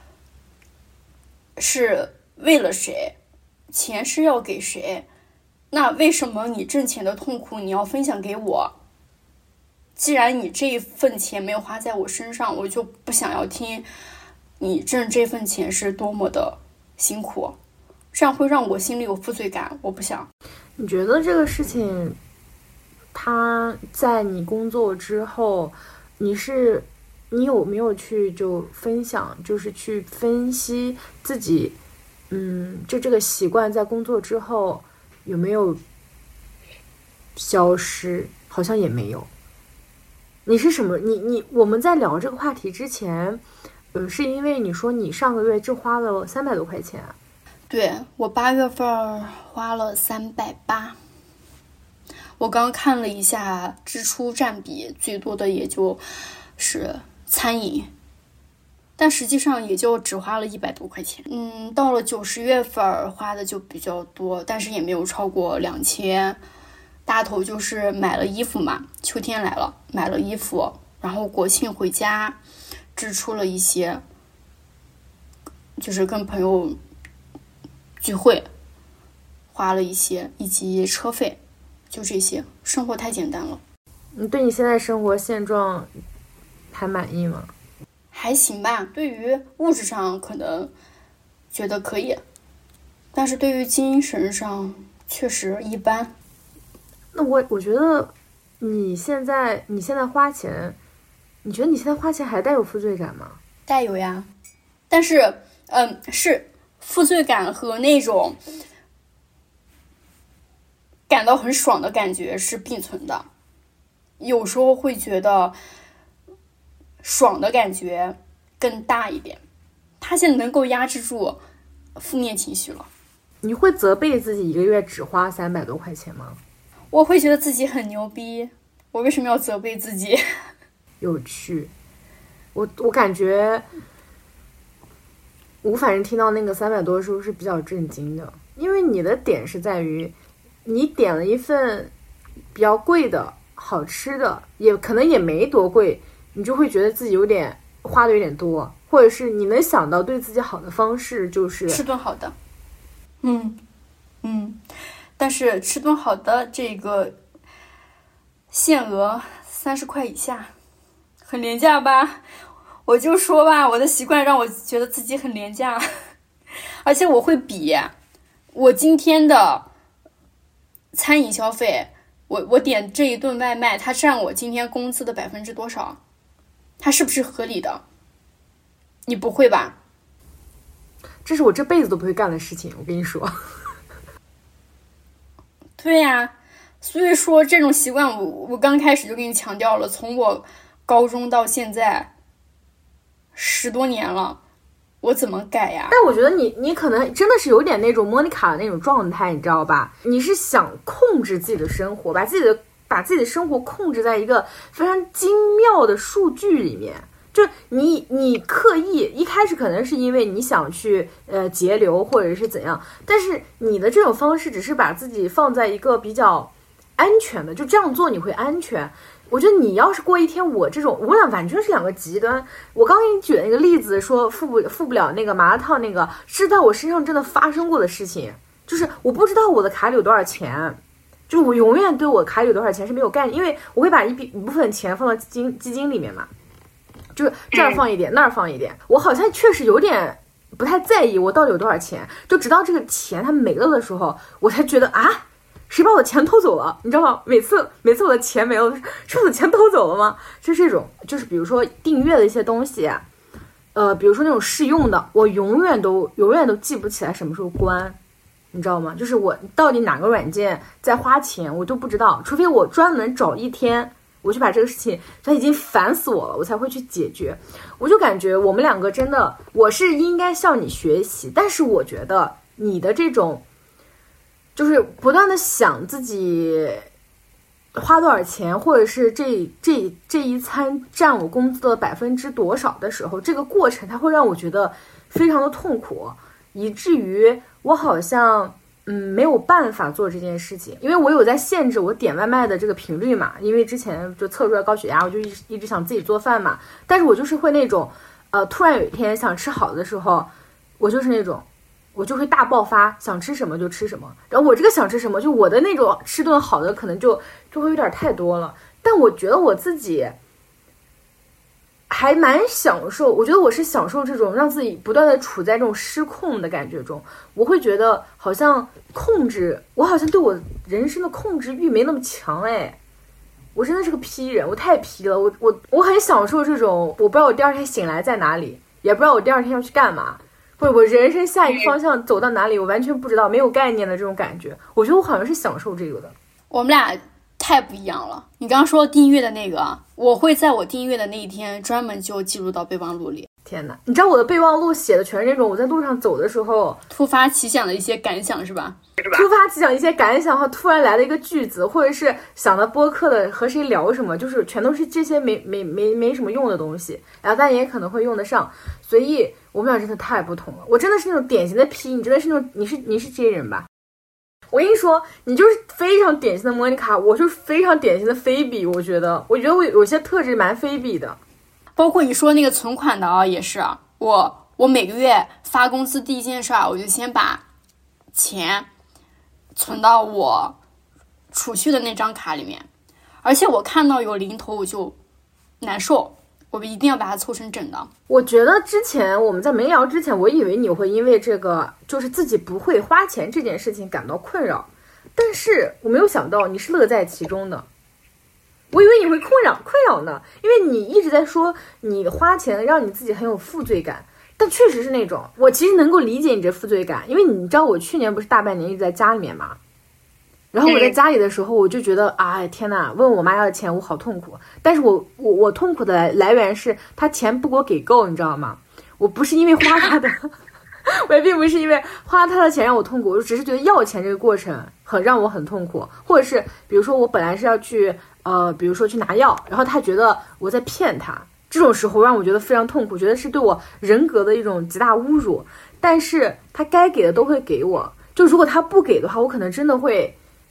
是为了谁？钱是要给谁？那为什么你挣钱的痛苦你要分享给我？既然你这一份钱没有花在我身上，我就不想要听你挣这份钱是多么的辛苦，这样会让我心里有负罪感，我不想。 你觉得这个事情它在你工作之后，你是你有没有去就分享，就是去分析自己嗯，就这个习惯在工作之后有没有消失？好像也没有。你是什么？你你我们在聊这个话题之前，呃，是因为你说你上个月就花了三百多块钱。 对，我八月份花了三百八。我刚看了一下支出占比，最多的也就是餐饮。但实际上也就只花了一百多块钱。嗯，到了九十月份花的就比较多，但是也没有超过两千。大头就是买了衣服嘛，秋天来了，买了衣服，然后国庆回家支出了一些，就是跟朋友聚会花了一些，以及车费，就这些，生活太简单了。 你对你现在生活现状还满意吗？ 还行吧，对于物质上可能觉得可以，但是对于精神上确实一般。 那我我觉得你现在你现在花钱，你觉得你现在花钱还带有负罪感吗？ 带有呀，但是嗯，是负罪感和那种感到很爽的感觉是并存的。有时候会觉得爽的感觉更大一点，它现在能够压制住负面情绪了。 你会责备自己一个月只花三百多块钱吗？ 我会觉得自己很牛逼，我为什么要责备自己？ 有趣。我我感觉我反正听到那个三百多的时候是比较震惊的，因为你的点是在于你点了一份比较贵的好吃的，也可能也没多贵，你就会觉得自己有点花的有点多， 或者是你能想到对自己好的方式就是吃顿好的。嗯嗯，但是吃顿好的这个限额三十块以下，很廉价吧？我就说吧，我的习惯让我觉得自己很廉价，而且我会比我今天的餐饮消费，我我点这一顿外卖，它占我今天工资的百分之多少？它是不是合理的？你不会吧？ 这是我这辈子都不会干的事情，我跟你说。 对呀、啊，所以说这种习惯我，我我刚开始就跟你强调了，从我高中到现在十多年了，我怎么改呀？ 但我觉得你你可能真的是有点那种莫妮卡的那种状态，你知道吧？你是想控制自己的生活，把自己的把自己的生活控制在一个非常精妙的数据里面。就你你刻意一开始可能是因为你想去呃节流或者是怎样，但是你的这种方式只是把自己放在一个比较安全的，就这样做你会安全。我觉得你要是过一天我这种，我俩完全是两个极端。我刚给你举的那个例子说付不付不了那个麻辣烫，那个是在我身上真的发生过的事情，就是我不知道我的卡里有多少钱，就是我永远对我卡里有多少钱是没有概念，因为我会把一笔一部分钱放到基金基金里面嘛，就是这儿放一点那儿放一点，我好像确实有点不太在意我到底有多少钱，就直到这个钱它没了的时候，我才觉得啊，谁把我的钱偷走了？你知道吗？每次每次我的钱没了，是我的钱偷走了吗？就这种，就是比如说订阅的一些东西，呃，比如说那种试用的，我永远都永远都记不起来什么时候关，你知道吗？就是我到底哪个软件在花钱，我都不知道，除非我专门找一天。我去把这个事情，它已经烦死我了，我才会去解决。我就感觉我们两个真的，我是应该向你学习，但是我觉得你的这种，就是不断的想自己花多少钱，或者是这这这一餐占我工资的百分之多少的时候，这个过程它会让我觉得非常的痛苦，以至于我好像。嗯，没有办法做这件事情，因为我有在限制我点外卖的这个频率嘛，因为之前就测出来高血压，我就一直一直想自己做饭嘛，但是我就是会那种，呃，突然有一天想吃好的时候，我就是那种，我就会大爆发，想吃什么就吃什么，然后我这个想吃什么，就我的那种吃顿好的可能就就会有点太多了，但我觉得我自己。还蛮享受，我觉得我是享受这种让自己不断的处在这种失控的感觉中，我会觉得好像控制，我好像对我人生的控制欲没那么强哎，我真的是个 P 人，我太 P 了，我我我很享受这种，我不知道我第二天醒来在哪里，也不知道我第二天要去干嘛，或者我人生下一个方向走到哪里，我完全不知道，没有概念的这种感觉，我觉得我好像是享受这个的。 我们俩太不一样了。你刚刚说订阅的那个，我会在我订阅的那一天专门就记录到备忘录里。 天哪，你知道我的备忘录写的全是那种我在路上走的时候突发奇想的一些感想，是吧？ 突发奇想一些感想和突然来的一个句子，或者是想到播客的和谁聊什么，就是全都是这些没没没没什么用的东西，然后但也可能会用得上，所以我们俩真的太不同了。我真的是那种典型的 P， 你真的是那种你是你是 J 人吧？我跟你说，你就是非常典型的莫妮卡，我就是非常典型的菲比。我觉得，我觉得我有些特质蛮菲比的， 包括你说那个存款的啊，也是啊。我我每个月发工资第一件事啊，我就先把钱存到我储蓄的那张卡里面，而且我看到有零头我就难受。我一定要把它凑成整的。 我觉得之前我们在没聊之前，我以为你会因为这个就是自己不会花钱这件事情感到困扰，但是我没有想到你是乐在其中的。我以为你会困扰困扰呢，因为你一直在说你花钱让你自己很有负罪感，但确实是那种我其实能够理解你这负罪感，因为你知道我去年不是大半年一直在家里面嘛。然后我在家里的时候，我就觉得，哎，天哪！问我妈要钱，我好痛苦。但是我我我痛苦的来来源是，她钱不给我给够，你知道吗？我不是因为花她的，我也并不是因为花她的钱让我痛苦，我只是觉得要钱这个过程很让我很痛苦。或者是比如说我本来是要去呃，比如说去拿药，然后她觉得我在骗她，这种时候让我觉得非常痛苦，觉得是对我人格的一种极大侮辱。但是她该给的都会给我，就如果她不给的话，我可能真的会。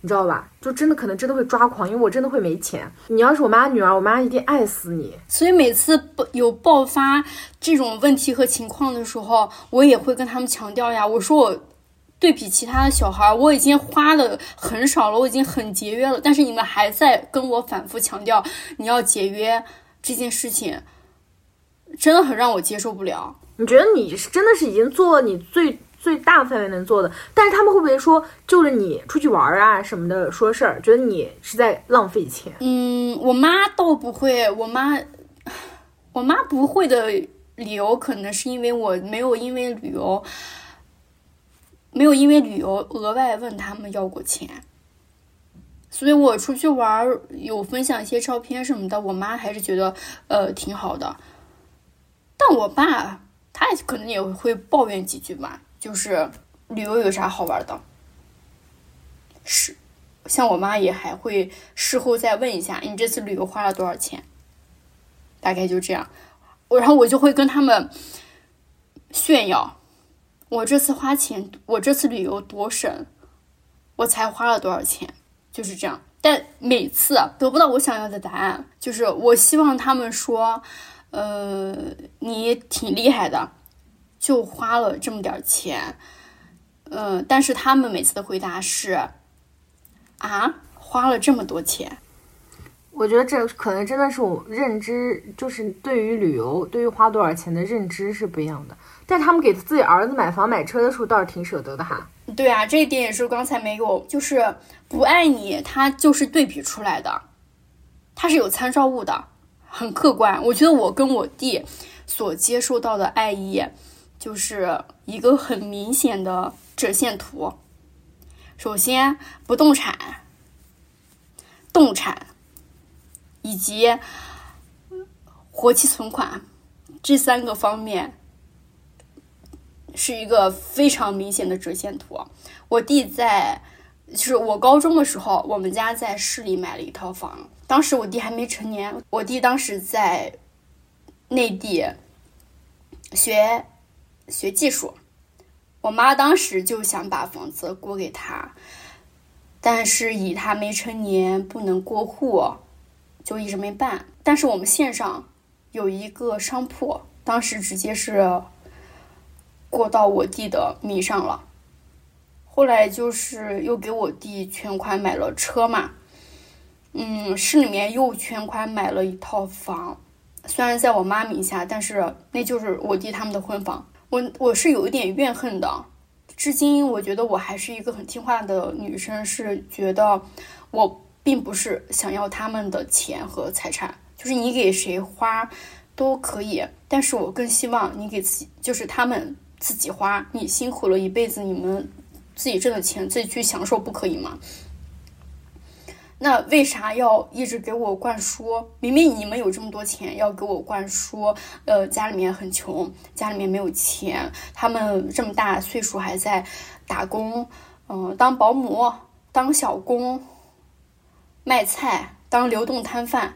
你知道吧？就真的可能真的会抓狂，因为我真的会没钱。你要是我妈女儿，我妈一定爱死你。 所以每次有爆发这种问题和情况的时候，我也会跟他们强调呀，我说我对比其他的小孩，我已经花的很少了，我已经很节约了，但是你们还在跟我反复强调你要节约这件事情，真的很让我接受不了。 你觉得你是真的是已经做了你最最大范围能做的，但是他们会不会说就是你出去玩啊什么的说事儿，觉得你是在浪费钱？ 嗯，我妈倒不会，我妈我妈不会的理由可能是因为我没有因为旅游没有因为旅游额外问他们要过钱，所以我出去玩有分享一些照片什么的，我妈还是觉得呃挺好的。但我爸他可能也会抱怨几句吧，就是旅游有啥好玩的，是像我妈也还会事后再问一下你这次旅游花了多少钱，大概就这样。然后我就会跟他们炫耀我这次花钱，我这次旅游多省，我才花了多少钱，就是这样。但每次得不到我想要的答案，就是我希望他们说呃，你挺厉害的，就花了这么点钱，呃，但是他们每次的回答是啊，花了这么多钱。 我觉得这可能真的是我认知，就是对于旅游，对于花多少钱的认知是不一样的。但他们给自己儿子买房买车的时候倒是挺舍得的哈。 对啊，这一点也是刚才没有，就是不爱你，他就是对比出来的，他是有参照物的，很客观。我觉得我跟我弟所接受到的爱意就是一个很明显的折线图。首先不动产、动产以及活期存款这三个方面是一个非常明显的折线图。我弟在就是我高中的时候，我们家在市里买了一套房，当时我弟还没成年，我弟当时在内地学学技术，我妈当时就想把房子过给他，但是以他没成年不能过户，就一直没办。但是我们县上有一个商铺，当时直接是过到我弟的名上了。后来就是又给我弟全款买了车嘛，嗯，市里面又全款买了一套房，虽然在我妈名下，但是那就是我弟他们的婚房。我我是有一点怨恨的，至今我觉得我还是一个很听话的女生，是觉得我并不是想要他们的钱和财产，就是你给谁花都可以，但是我更希望你给自己，就是他们自己花，你辛苦了一辈子，你们自己挣的钱自己去享受，不可以吗？那为啥要一直给我灌输？明明你们有这么多钱，要给我灌输，呃，家里面很穷，家里面没有钱，他们这么大岁数还在打工，嗯、呃，当保姆，当小工，卖菜，当流动摊贩，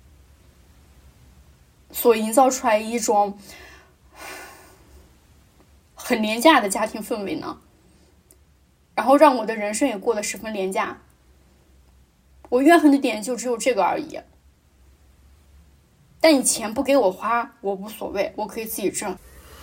所营造出来一种很廉价的家庭氛围呢，然后让我的人生也过得十分廉价。我怨恨的点就只有这个而已。但你钱不给我花，我无所谓，我可以自己挣。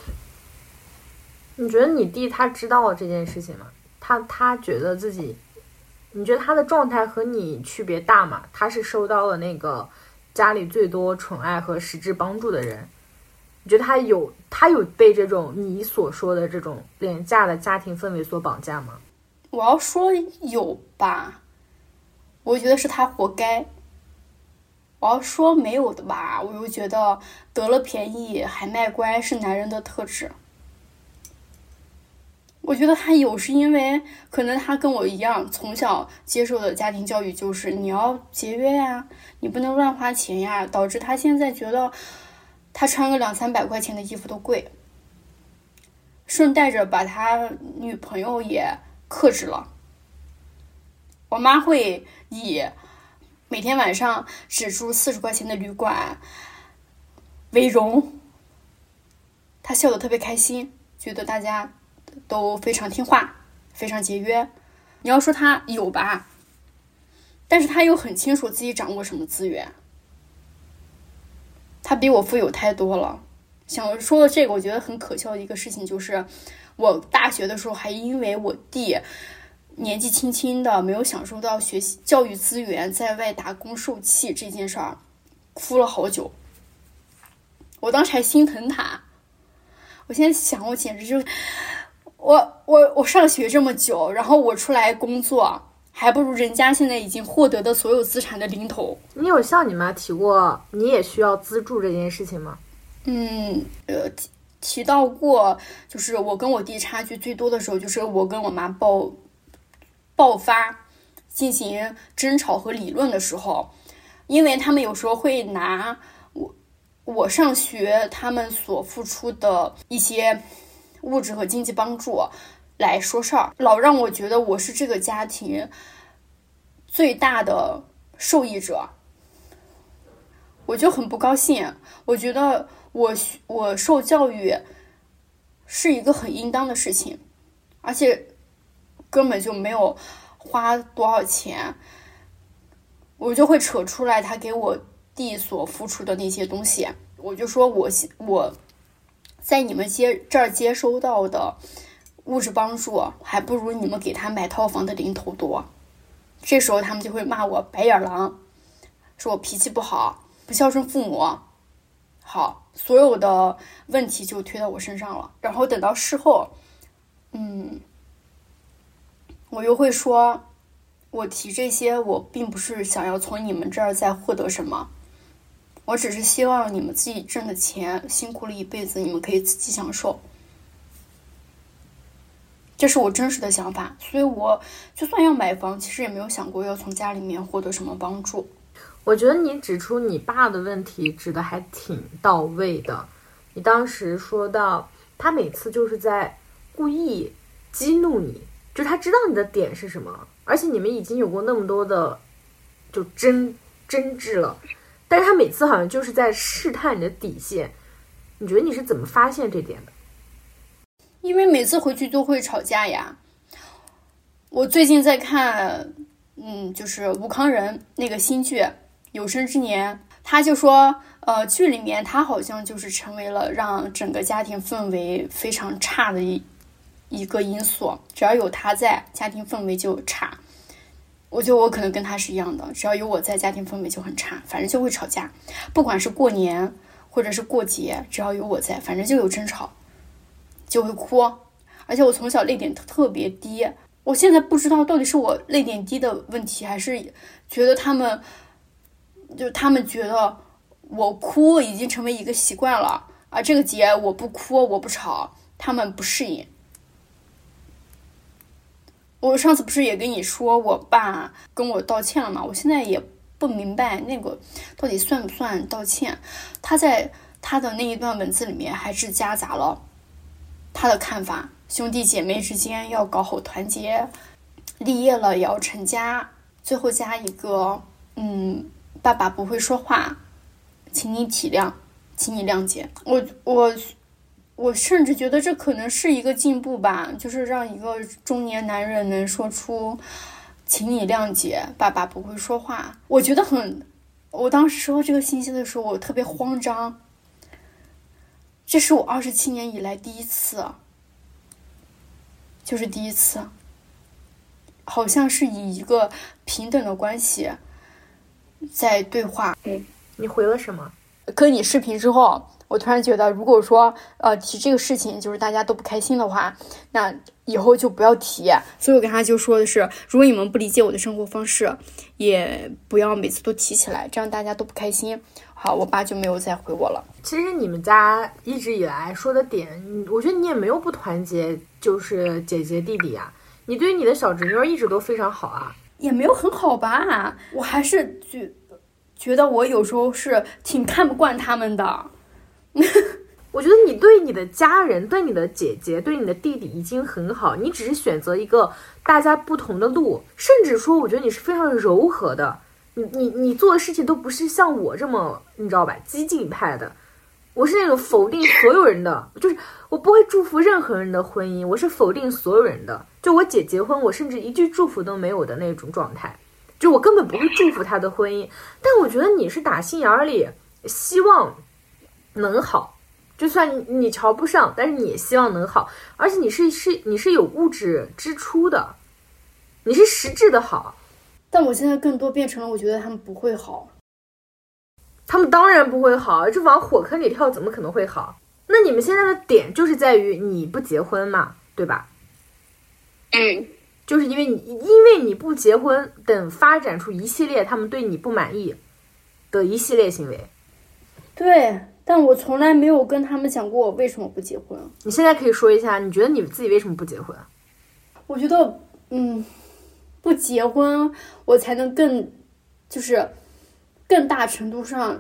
你觉得你弟他知道这件事情吗？他他觉得自己，你觉得他的状态和你区别大吗？他是受到了那个家里最多宠爱和实质帮助的人，你觉得他有他有被这种你所说的这种廉价的家庭氛围所绑架吗？ 我要说有吧，我觉得是他活该。我要说没有的吧，我又觉得得了便宜还卖乖是男人的特质。我觉得他有是因为可能他跟我一样，从小接受的家庭教育就是你要节约呀，你不能乱花钱呀，导致他现在觉得他穿个两三百块钱的衣服都贵，顺带着把他女朋友也克制了。我妈会以每天晚上只住四十块钱的旅馆为荣，她笑得特别开心，觉得大家都非常听话，非常节约。你要说她有吧， 但是他又很清楚自己掌握什么资源，他比我富有太多了。想说的这个我觉得很可笑的一个事情，就是我大学的时候还因为我弟年纪轻轻的没有享受到学习教育资源，在外打工受气这件事儿哭了好久。我当时还心疼他，我现在想我简直就我我我上学这么久，然后我出来工作还不如人家现在已经获得的所有资产的零头。 你有向你妈提过你也需要资助这件事情吗？ 嗯，呃，提提到过，就是我跟我弟差距最多的时候，就是我跟我妈爆爆发进行争吵和理论的时候，因为他们有时候会拿我我上学他们所付出的一些物质和经济帮助来说事儿，老让我觉得我是这个家庭最大的受益者，我就很不高兴。我觉得我我受教育是一个很应当的事情，而且根本就没有花多少钱，我就会扯出来他给我弟所付出的那些东西，我就说我我在你们接这儿接收到的物质帮助还不如你们给他买套房的零头多。这时候他们就会骂我白眼狼，说我脾气不好，不孝顺父母。好，所有的问题就推到我身上了。然后等到事后，嗯，我又会说，我提这些，我并不是想要从你们这儿再获得什么，我只是希望你们自己挣的钱，辛苦了一辈子，你们可以自己享受。这是我真实的想法，所以我就算要买房，其实也没有想过要从家里面获得什么帮助。 我觉得你指出你爸的问题指的还挺到位的。你当时说到他每次就是在故意激怒你，就他知道你的点是什么，而且你们已经有过那么多的就争争执了，但是他每次好像就是在试探你的底线。你觉得你是怎么发现这点的？ 因为每次回去都会吵架呀。我最近在看嗯，就是吴康仁那个新剧《有生之年》，他就说呃，剧里面他好像就是成为了让整个家庭氛围非常差的一一个因素，只要有他在，家庭氛围就差。我觉得我可能跟他是一样的，只要有我在，家庭氛围就很差，反正就会吵架，不管是过年或者是过节，只要有我在，反正就有争吵，就会哭。而且我从小泪点特别低，我现在不知道到底是我泪点低的问题，还是觉得他们就他们觉得我哭已经成为一个习惯了啊，这个节我不哭我不吵，他们不适应。我上次不是也跟你说我爸跟我道歉了吗？我现在也不明白那个到底算不算道歉。他在他的那一段文字里面还是夹杂了他的看法，兄弟姐妹之间要搞好团结，立业了也要成家，最后加一个嗯，爸爸不会说话，请你体谅，请你谅解。我我我甚至觉得这可能是一个进步吧，就是让一个中年男人能说出请你谅解，爸爸不会说话。我觉得很，我当时收到这个信息的时候我特别慌张，这是我二十七年以来第一次，就是第一次，好像是以一个平等的关系在对话。 嗯，你回了什么？ 跟你视频之后，我突然觉得，如果说呃提这个事情就是大家都不开心的话，那以后就不要提。所以我跟他就说的是，如果你们不理解我的生活方式，也不要每次都提起来，这样大家都不开心。好，我爸就没有再回我了。 其实你们家一直以来说的点，我觉得你也没有不团结，就是姐姐弟弟啊，你对于你的小侄女一直都非常好啊。 也没有很好吧，我还是觉觉得我有时候是挺看不惯他们的。 我觉得你对你的家人，对你的姐姐，对你的弟弟已经很好，你只是选择一个大家不同的路，甚至说我觉得你是非常柔和的，你你你做的事情都不是像我这么你知道吧激进派的，我是那种否定所有人的，就是我不会祝福任何人的婚姻，我是否定所有人的，就我姐结婚我甚至一句祝福都没有的那种状态。 就我根本不会祝福他的婚姻。但我觉得你是打心眼里希望能好，就算你瞧不上，但是你也希望能好，而且你是是你是有物质支出的，你是实质的好。 但我现在更多变成了我觉得他们不会好。 他们当然不会好，这往火坑里跳怎么可能会好？那你们现在的点就是在于你不结婚嘛，对吧？ 嗯， 就是因为你因为你不结婚，等发展出一系列他们对你不满意的一系列行为。 对，但我从来没有跟他们讲过我为什么不结婚。 你现在可以说一下，你觉得你自己为什么不结婚？ 我觉得，嗯，不结婚，我才能更，就是更大程度上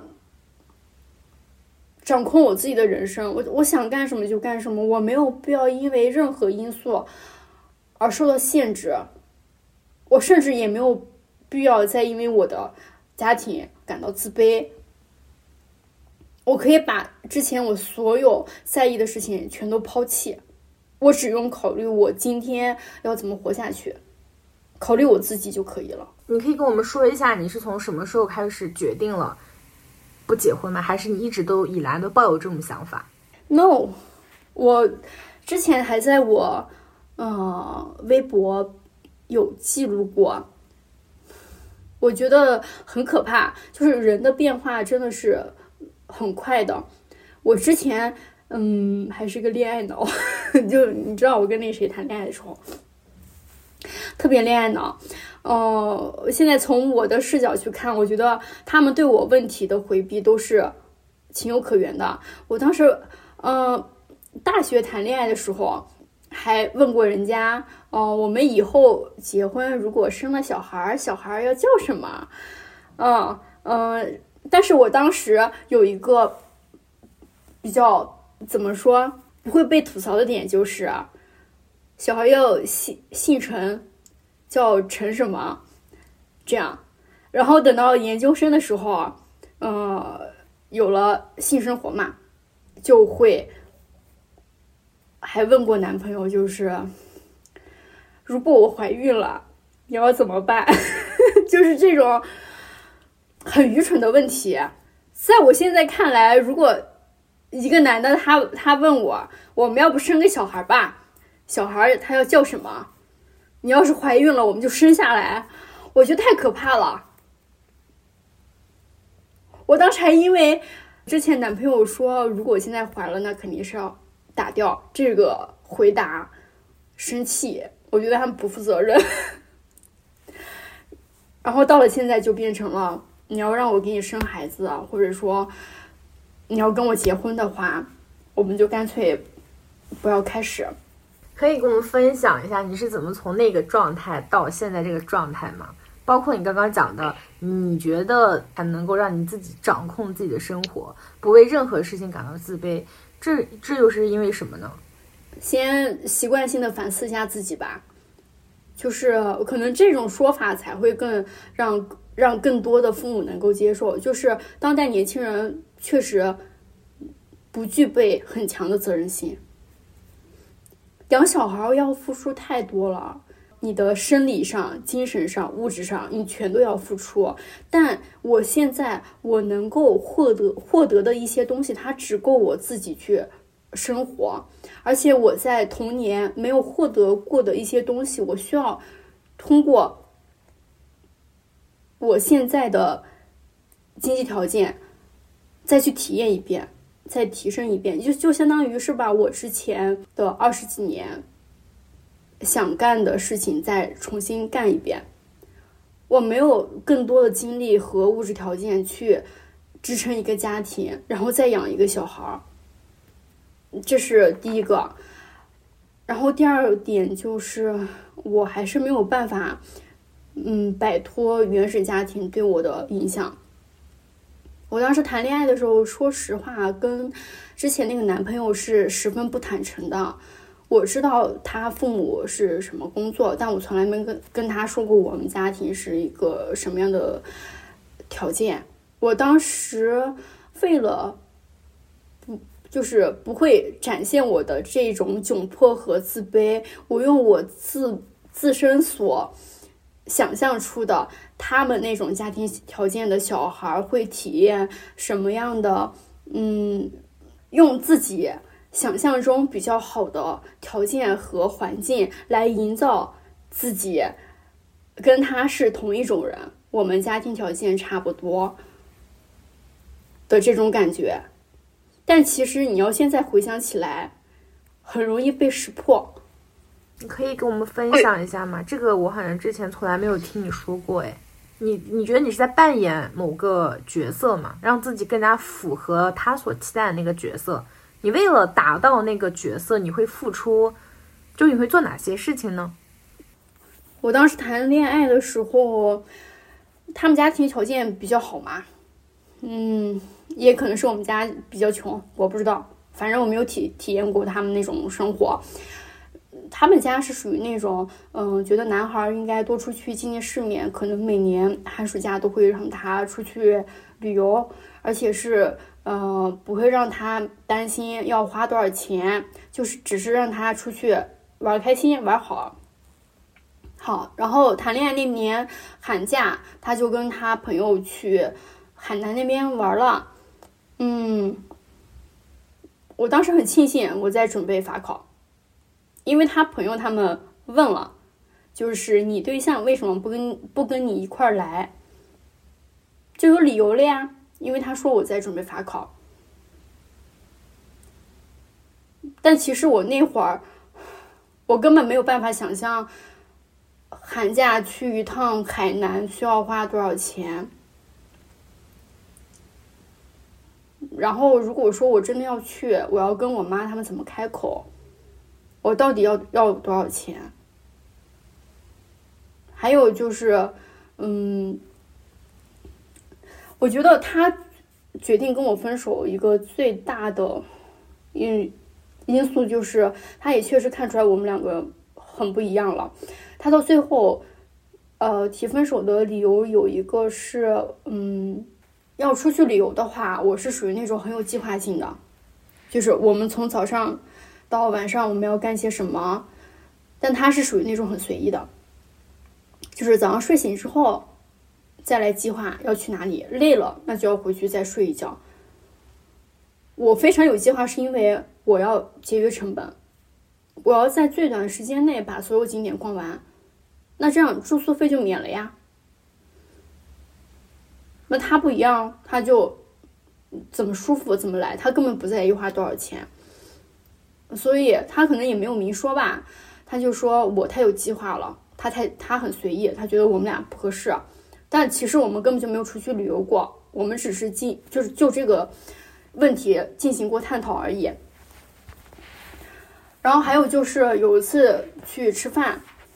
掌控我自己的人生。我我想干什么就干什么，我没有必要因为任何因素而受到限制。我甚至也没有必要再因为我的家庭感到自卑。我可以把之前我所有在意的事情全都抛弃，我只用考虑我今天要怎么活下去，考虑我自己就可以了。 你可以跟我们说一下，你是从什么时候开始决定了不结婚吗？还是你一直都以来都抱有这种想法？ No， 我之前还在我呃微博有记录过，我觉得很可怕，就是人的变化真的是很快的。我之前嗯还是个恋爱脑，就你知道我跟那谁谈恋爱的时候特别恋爱脑。呃，现在从我的视角去看，我觉得他们对我问题的回避都是情有可原的。我当时呃大学谈恋爱的时候还问过人家，呃，我们以后结婚如果生了小孩，小孩要叫什么？嗯嗯、呃，但是我当时有一个比较怎么说不会被吐槽的点，就是小孩要姓姓陈，叫陈什么这样。然后等到研究生的时候，呃，有了性生活嘛，就会还问过男朋友，就是如果我怀孕了，你要怎么办？就是这种很愚蠢的问题。在我现在看来，如果一个男的他他问我，我们要不生个小孩吧？小孩他要叫什么？你要是怀孕了，我们就生下来。我觉得太可怕了。我当时还因为之前男朋友说，如果我现在怀了，那肯定是要打掉这个回答生气，我觉得他们不负责任。然后到了现在就变成了，你要让我给你生孩子，或者说你要跟我结婚的话，我们就干脆不要开始。 可以跟我们分享一下你是怎么从那个状态到现在这个状态吗？包括你刚刚讲的，你觉得才能够让你自己掌控自己的生活，不为任何事情感到自卑，这这又是因为什么呢？ 先习惯性的反思一下自己吧，就是可能这种说法才会更让让更多的父母能够接受。就是当代年轻人确实不具备很强的责任心，养小孩要付出太多了，你的生理上、精神上、物质上，你全都要付出。但我现在我能够获得获得的一些东西，它只够我自己去生活，而且我在童年没有获得过的一些东西，我需要通过我现在的经济条件再去体验一遍，再提升一遍，就就相当于是把我之前的二十几年想干的事情再重新干一遍。我没有更多的精力和物质条件去支撑一个家庭，然后再养一个小孩，这是第一个。然后第二点就是我还是没有办法嗯，摆脱原始家庭对我的影响。我当时谈恋爱的时候，说实话跟之前那个男朋友是十分不坦诚的。我知道他父母是什么工作，但我从来没跟跟他说过我们家庭是一个什么样的条件。我当时为了不就是不会展现我的这种窘迫和自卑，我用我自自身所想象出的他们那种家庭条件的小孩会体验什么样的，嗯，用自己想象中比较好的条件和环境来营造自己跟他是同一种人，我们家庭条件差不多的这种感觉。但其实你要现在回想起来，很容易被识破。 你可以跟我们分享一下吗？这个我好像之前从来没有听你说过。哎，你你觉得你是在扮演某个角色吗？让自己更加符合他所期待的那个角色？你为了达到那个角色，你会付出，就你会做哪些事情呢？ 我当时谈恋爱的时候，他们家庭条件比较好嘛，嗯，也可能是我们家比较穷，我不知道，反正我没有体体验过他们那种生活。他们家是属于那种，嗯，觉得男孩应该多出去见见世面，可能每年寒暑假都会让他出去旅游，而且是，呃，不会让他担心要花多少钱，就是只是让他出去玩开心，玩好。好，然后谈恋爱那年寒假，他就跟他朋友去海南那边玩了。嗯，我当时很庆幸我在准备法考。因为他朋友他们问了，就是你对象为什么不跟不跟你一块儿来，就有理由了呀。因为他说我在准备法考，但其实我那会儿，我根本没有办法想象，寒假去一趟海南需要花多少钱。然后如果说我真的要去，我要跟我妈他们怎么开口？我到底要要多少钱？还有就是，嗯，我觉得他决定跟我分手一个最大的因因素就是，他也确实看出来我们两个很不一样了。他到最后，呃，提分手的理由有一个是，嗯，要出去旅游的话，我是属于那种很有计划性的，就是我们从早上到晚上我们要干些什么，但他是属于那种很随意的，就是早上睡醒之后再来计划要去哪里，累了那就要回去再睡一觉。我非常有计划是因为我要节约成本，我要在最短时间内把所有景点逛完，那这样住宿费就免了呀。那他不一样，他就怎么舒服怎么来，他根本不在意花多少钱，所以他可能也没有明说吧，他就说我太有计划了，他太他很随意，他觉得我们俩不合适，但其实我们根本就没有出去旅游过，我们只是进就是就这个问题进行过探讨而已。然后还有就是有一次去吃饭，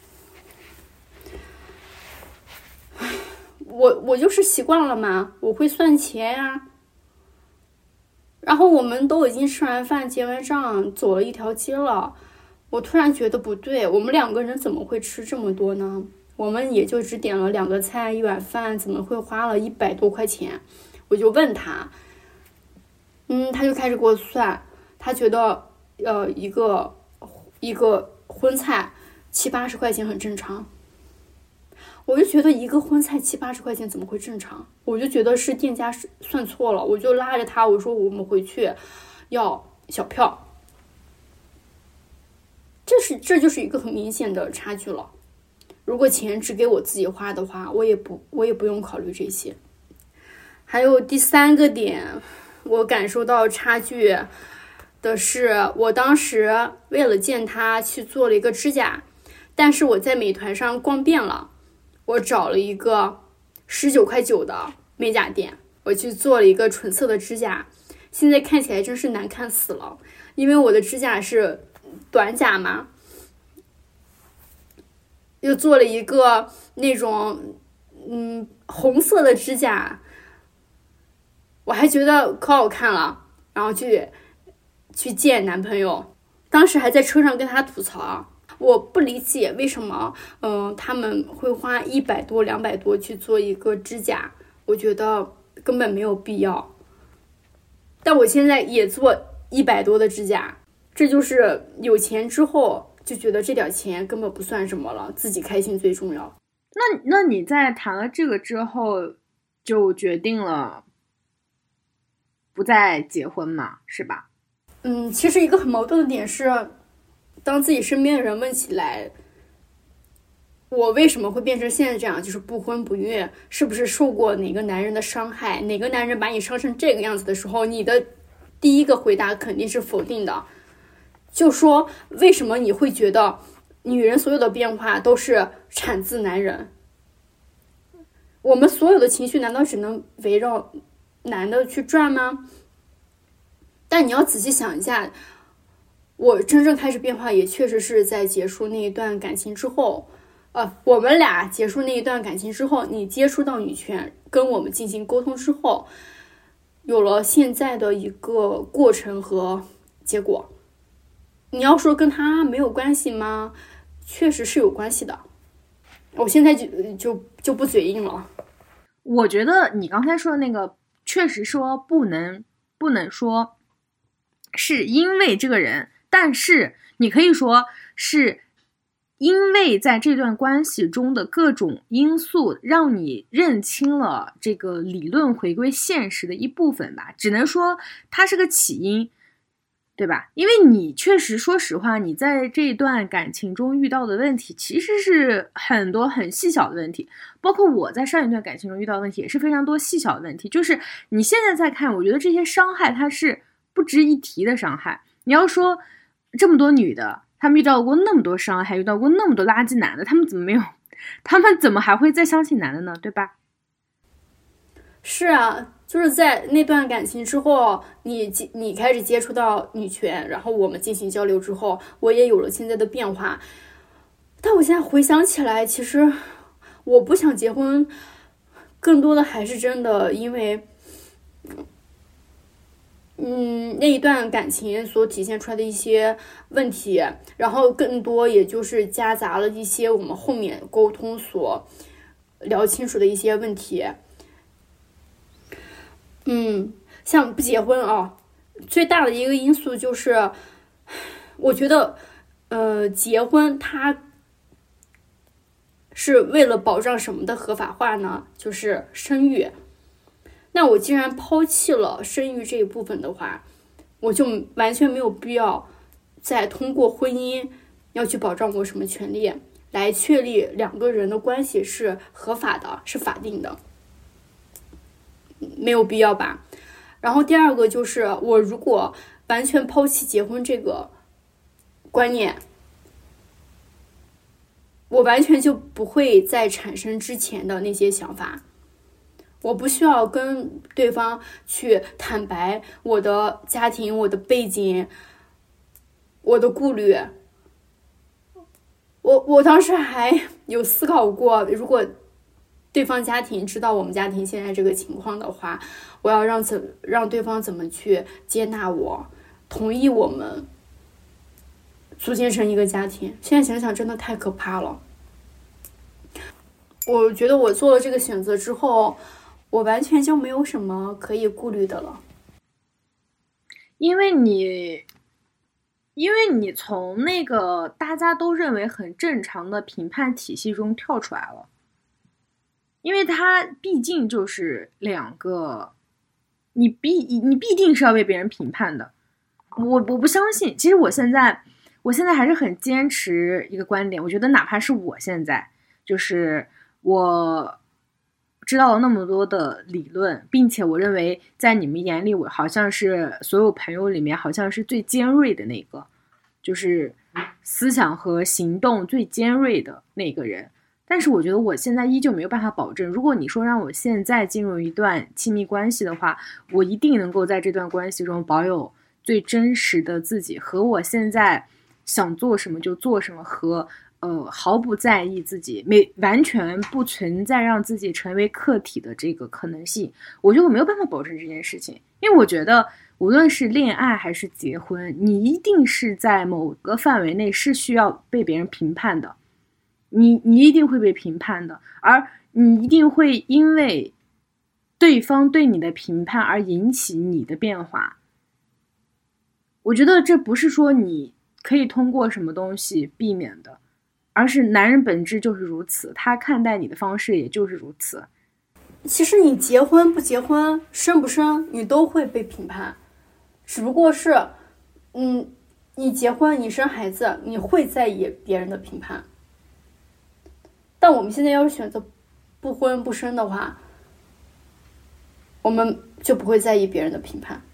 我我就是习惯了嘛，我会算钱呀、啊。然后我们都已经吃完饭结完账走了一条街了，我突然觉得不对，我们两个人怎么会吃这么多呢？我们也就只点了两个菜一碗饭，怎么会花了一百多块钱？我就问他，嗯，他就开始给我算，他觉得呃一个一个荤菜七八十块钱很正常。我就觉得一个荤菜七八十块钱怎么会正常？我就觉得是店家算错了，我就拉着他我说我们回去要小票。这是这就是一个很明显的差距了。如果钱只给我自己花的话，我也不我也不用考虑这些。还有第三个点，我感受到差距的是，我当时为了见他去做了一个指甲，但是我在美团上逛遍了。我找了一个十九块九的美甲店，我去做了一个纯色的指甲，现在看起来真是难看死了，因为我的指甲是短甲嘛，又做了一个那种嗯红色的指甲，我还觉得可好看了，然后去去见男朋友，当时还在车上跟他吐槽。我不理解为什么，嗯、呃，他们会花一百多、两百多去做一个指甲，我觉得根本没有必要。但我现在也做一百多的指甲，这就是有钱之后就觉得这点钱根本不算什么了，自己开心最重要。 那那你在谈了这个之后，就决定了不再结婚嘛，是吧？ 嗯，其实一个很矛盾的点是，当自己身边的人问起来，我为什么会变成现在这样，就是不婚不育，是不是受过哪个男人的伤害，哪个男人把你伤成这个样子的时候，你的第一个回答肯定是否定的。就说为什么你会觉得女人所有的变化都是产自男人？我们所有的情绪难道只能围绕男的去转吗？但你要仔细想一下，我真正开始变化也确实是在结束那一段感情之后，呃，我们俩结束那一段感情之后，你接触到女权，跟我们进行沟通之后，有了现在的一个过程和结果。你要说跟他没有关系吗？确实是有关系的。我现在就就就不嘴硬了。 我觉得你刚才说的那个，确实说不能不能说是因为这个人，但是你可以说是因为在这段关系中的各种因素，让你认清了这个理论回归现实的一部分吧。只能说它是个起因，对吧？因为你确实说实话，你在这段感情中遇到的问题其实是很多很细小的问题，包括我在上一段感情中遇到的问题也是非常多细小的问题。就是你现在再看，我觉得这些伤害它是不值一提的伤害。你要说这么多女的，她们遇到过那么多伤害，遇到过那么多垃圾男的，她们怎么没有？她们怎么还会再相信男的呢？对吧？ 是啊，就是在那段感情之后，你你开始接触到女权，然后我们进行交流之后，我也有了现在的变化。但我现在回想起来，其实我不想结婚，更多的还是真的因为，嗯，那一段感情所体现出来的一些问题，然后更多也就是夹杂了一些我们后面沟通所聊清楚的一些问题。嗯，像不结婚啊，最大的一个因素就是，我觉得，呃，结婚它是为了保障什么的合法化呢？就是生育。那我既然抛弃了生育这一部分的话，我就完全没有必要再通过婚姻要去保障我什么权利，来确立两个人的关系是合法的，是法定的。没有必要吧。然后第二个就是，我如果完全抛弃结婚这个观念，我完全就不会再产生之前的那些想法。我不需要跟对方去坦白我的家庭、我的背景、我的顾虑。我我当时还有思考过，如果对方家庭知道我们家庭现在这个情况的话，我要让怎让对方怎么去接纳我，同意我们组建成一个家庭。现在想想真的太可怕了。我觉得我做了这个选择之后，我完全就没有什么可以顾虑的了。 因为你因为你从那个大家都认为很正常的评判体系中跳出来了。因为它毕竟就是两个，你必你必定是要被别人评判的。我我不相信，其实我现在我现在还是很坚持一个观点，我觉得哪怕是我现在，就是我知道了那么多的理论，并且我认为在你们眼里，我好像是所有朋友里面好像是最尖锐的那个，就是思想和行动最尖锐的那个人。但是我觉得我现在依旧没有办法保证，如果你说让我现在进入一段亲密关系的话，我一定能够在这段关系中保有最真实的自己，和我现在想做什么就做什么，和呃毫不在意自己，没完全不存在让自己成为客体的这个可能性。我觉得我没有办法保证这件事情，因为我觉得无论是恋爱还是结婚，你一定是在某个范围内是需要被别人评判的。你你一定会被评判的，而你一定会因为对方对你的评判而引起你的变化。我觉得这不是说你可以通过什么东西避免的， 而是男人本质就是如此，他看待你的方式也就是如此。 其实你结婚不结婚，生不生，你都会被评判，只不过是嗯，你结婚你生孩子，你会在意别人的评判。但我们现在要是选择不婚不生的话，我们就不会在意别人的评判。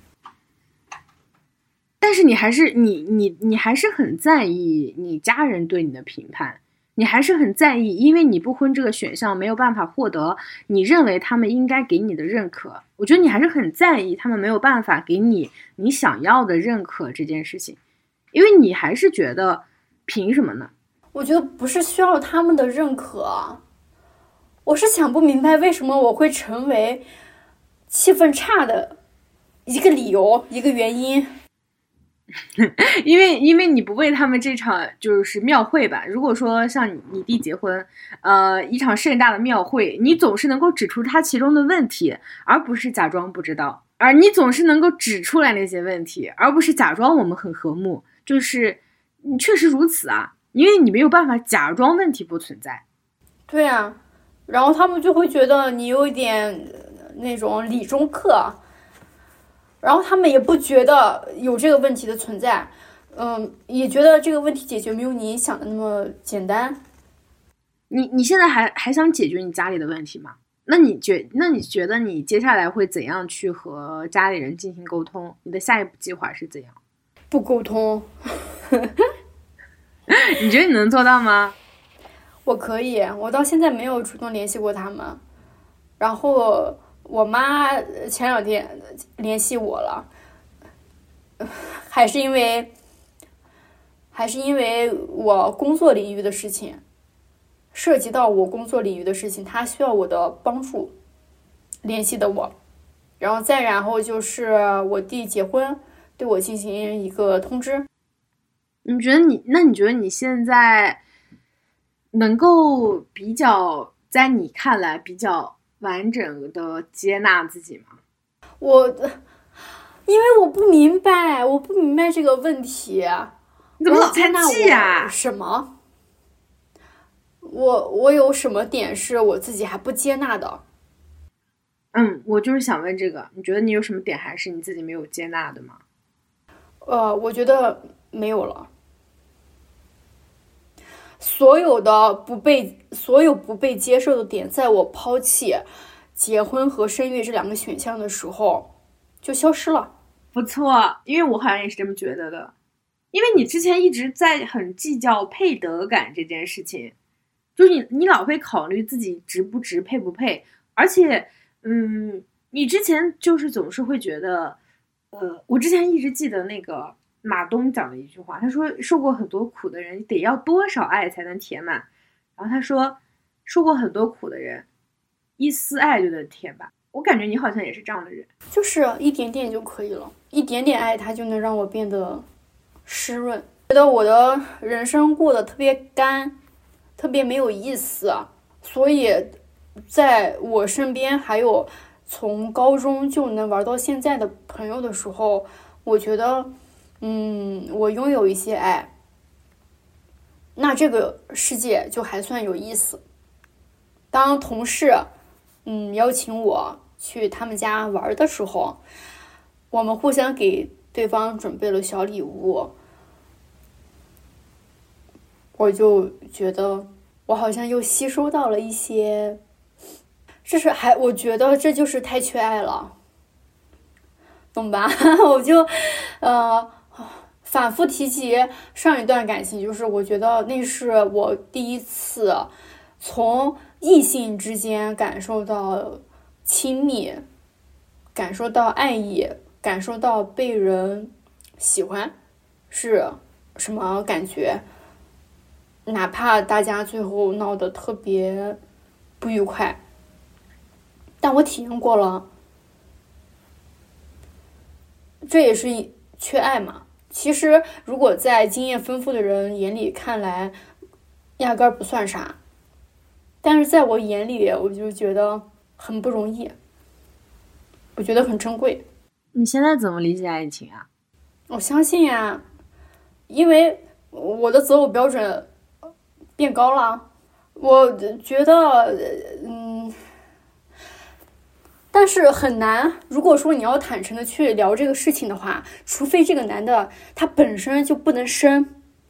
但是你还是你你你还是很在意你家人对你的评判，你还是很在意，因为你不婚这个选项没有办法获得你认为他们应该给你的认可。我觉得你还是很在意他们没有办法给你你想要的认可这件事情，因为你还是觉得凭什么呢？ 我觉得不是需要他们的认可，我是想不明白为什么我会成为气氛差的一个理由，一个原因。 因为因为你不为他们这场就是庙会吧，如果说像你你弟结婚，呃，一场盛大的庙会，你总是能够指出他其中的问题，而不是假装不知道，而你总是能够指出来那些问题，而不是假装我们很和睦，就是你确实如此啊，因为你没有办法假装问题不存在。 对啊，然后他们就会觉得你有一点那种理中客，然后他们也不觉得有这个问题的存在，嗯，也觉得这个问题解决没有你想的那么简单。 你你现在还还想解决你家里的问题吗？那你觉那你觉得你接下来会怎样去和家里人进行沟通？你的下一步计划是怎样？ 不沟通。 你觉得你能做到吗？ 我可以，我到现在没有主动联系过他们，然后我妈前两天联系我了，还是因为还是因为我工作领域的事情，涉及到我工作领域的事情，她需要我的帮助联系的我。然后再然后就是我弟结婚，对我进行一个通知。 你觉得你那你觉得你现在能够比较在你看来比较完整的接纳自己吗？ 我因为我不明白，我不明白这个问题。 你怎么老叹气啊？ 什么？我我有什么点是我自己还不接纳的？ 嗯，我就是想问这个，你觉得你有什么点还是你自己没有接纳的吗？ 呃，我觉得没有了。所有的不被所有不被接受的点，在我抛弃结婚和生育这两个选项的时候就消失了。 不错，因为我好像也是这么觉得的。因为你之前一直在很计较配得感这件事情，就是你你老会考虑自己值不值配不配，而且嗯，你之前就是总是会觉得呃，我之前一直记得那个马东讲的一句话，他说受过很多苦的人得要多少爱才能填满，然后他说受过很多苦的人一丝爱就能填满。我感觉你好像也是这样的人， 就是一点点就可以了，一点点爱它就能让我变得湿润，觉得我的人生过得特别干，特别没有意思。所以在我身边还有从高中就能玩到现在的朋友的时候，我觉得嗯，我拥有一些爱，那这个世界就还算有意思。当同事嗯邀请我去他们家玩的时候，我们互相给对方准备了小礼物，我就觉得我好像又吸收到了一些，这是还我觉得这就是太缺爱了，懂吧？我就呃反复提及上一段感情，就是我觉得那是我第一次从异性之间感受到亲密，感受到爱意，感受到被人喜欢是什么感觉，哪怕大家最后闹得特别不愉快，但我体验过了，这也是缺爱嘛。其实如果在经验丰富的人眼里看来压根儿不算啥，但是在我眼里我就觉得很不容易，我觉得很珍贵。 你现在怎么理解爱情啊？ 我相信呀，因为我的择偶标准变高了。我觉得，嗯，但是很难。如果说你要坦诚的去聊这个事情的话，除非这个男的他本身就不能生。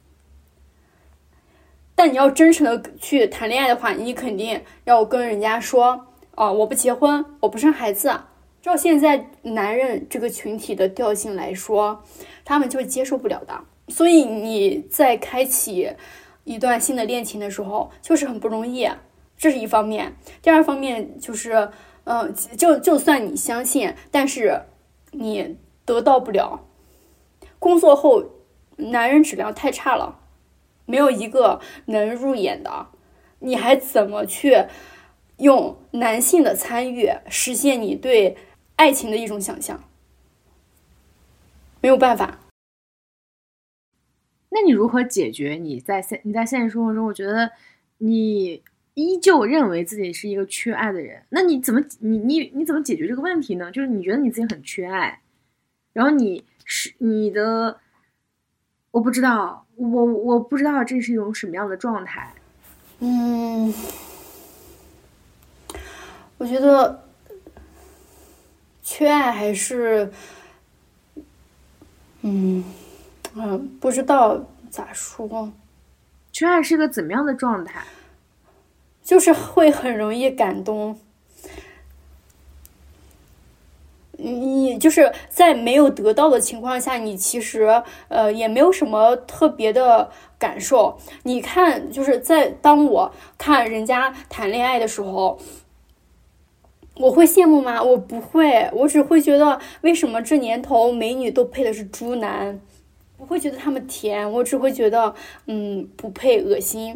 但你要真诚的去谈恋爱的话，你肯定要跟人家说，哦，我不结婚，我不生孩子。照现在男人这个群体的调性来说，他们就接受不了的。所以你在开启一段新的恋情的时候，就是很不容易，这是一方面。第二方面就是，呃，就就算你相信，但是你得到不了。工作后，男人质量太差了，没有一个能入眼的，你还怎么去用男性的参与实现你对爱情的一种想象？没有办法。 那你如何解决你在现你在现实生活中，我觉得你依旧认为自己是一个缺爱的人，那你怎么你你你怎么解决这个问题呢？就是你觉得你自己很缺爱，然后你是你的，我不知道，我我不知道这是一种什么样的状态。 嗯，我觉得缺爱还是，嗯。嗯，不知道咋说。 缺爱是个怎么样的状态？ 就是会很容易感动。你就是在没有得到的情况下，你其实呃也没有什么特别的感受。你看，就是在当我看人家谈恋爱的时候，我会羡慕吗？我不会，我只会觉得为什么这年头美女都配的是猪男。不会觉得他们甜，我只会觉得嗯不配，恶心。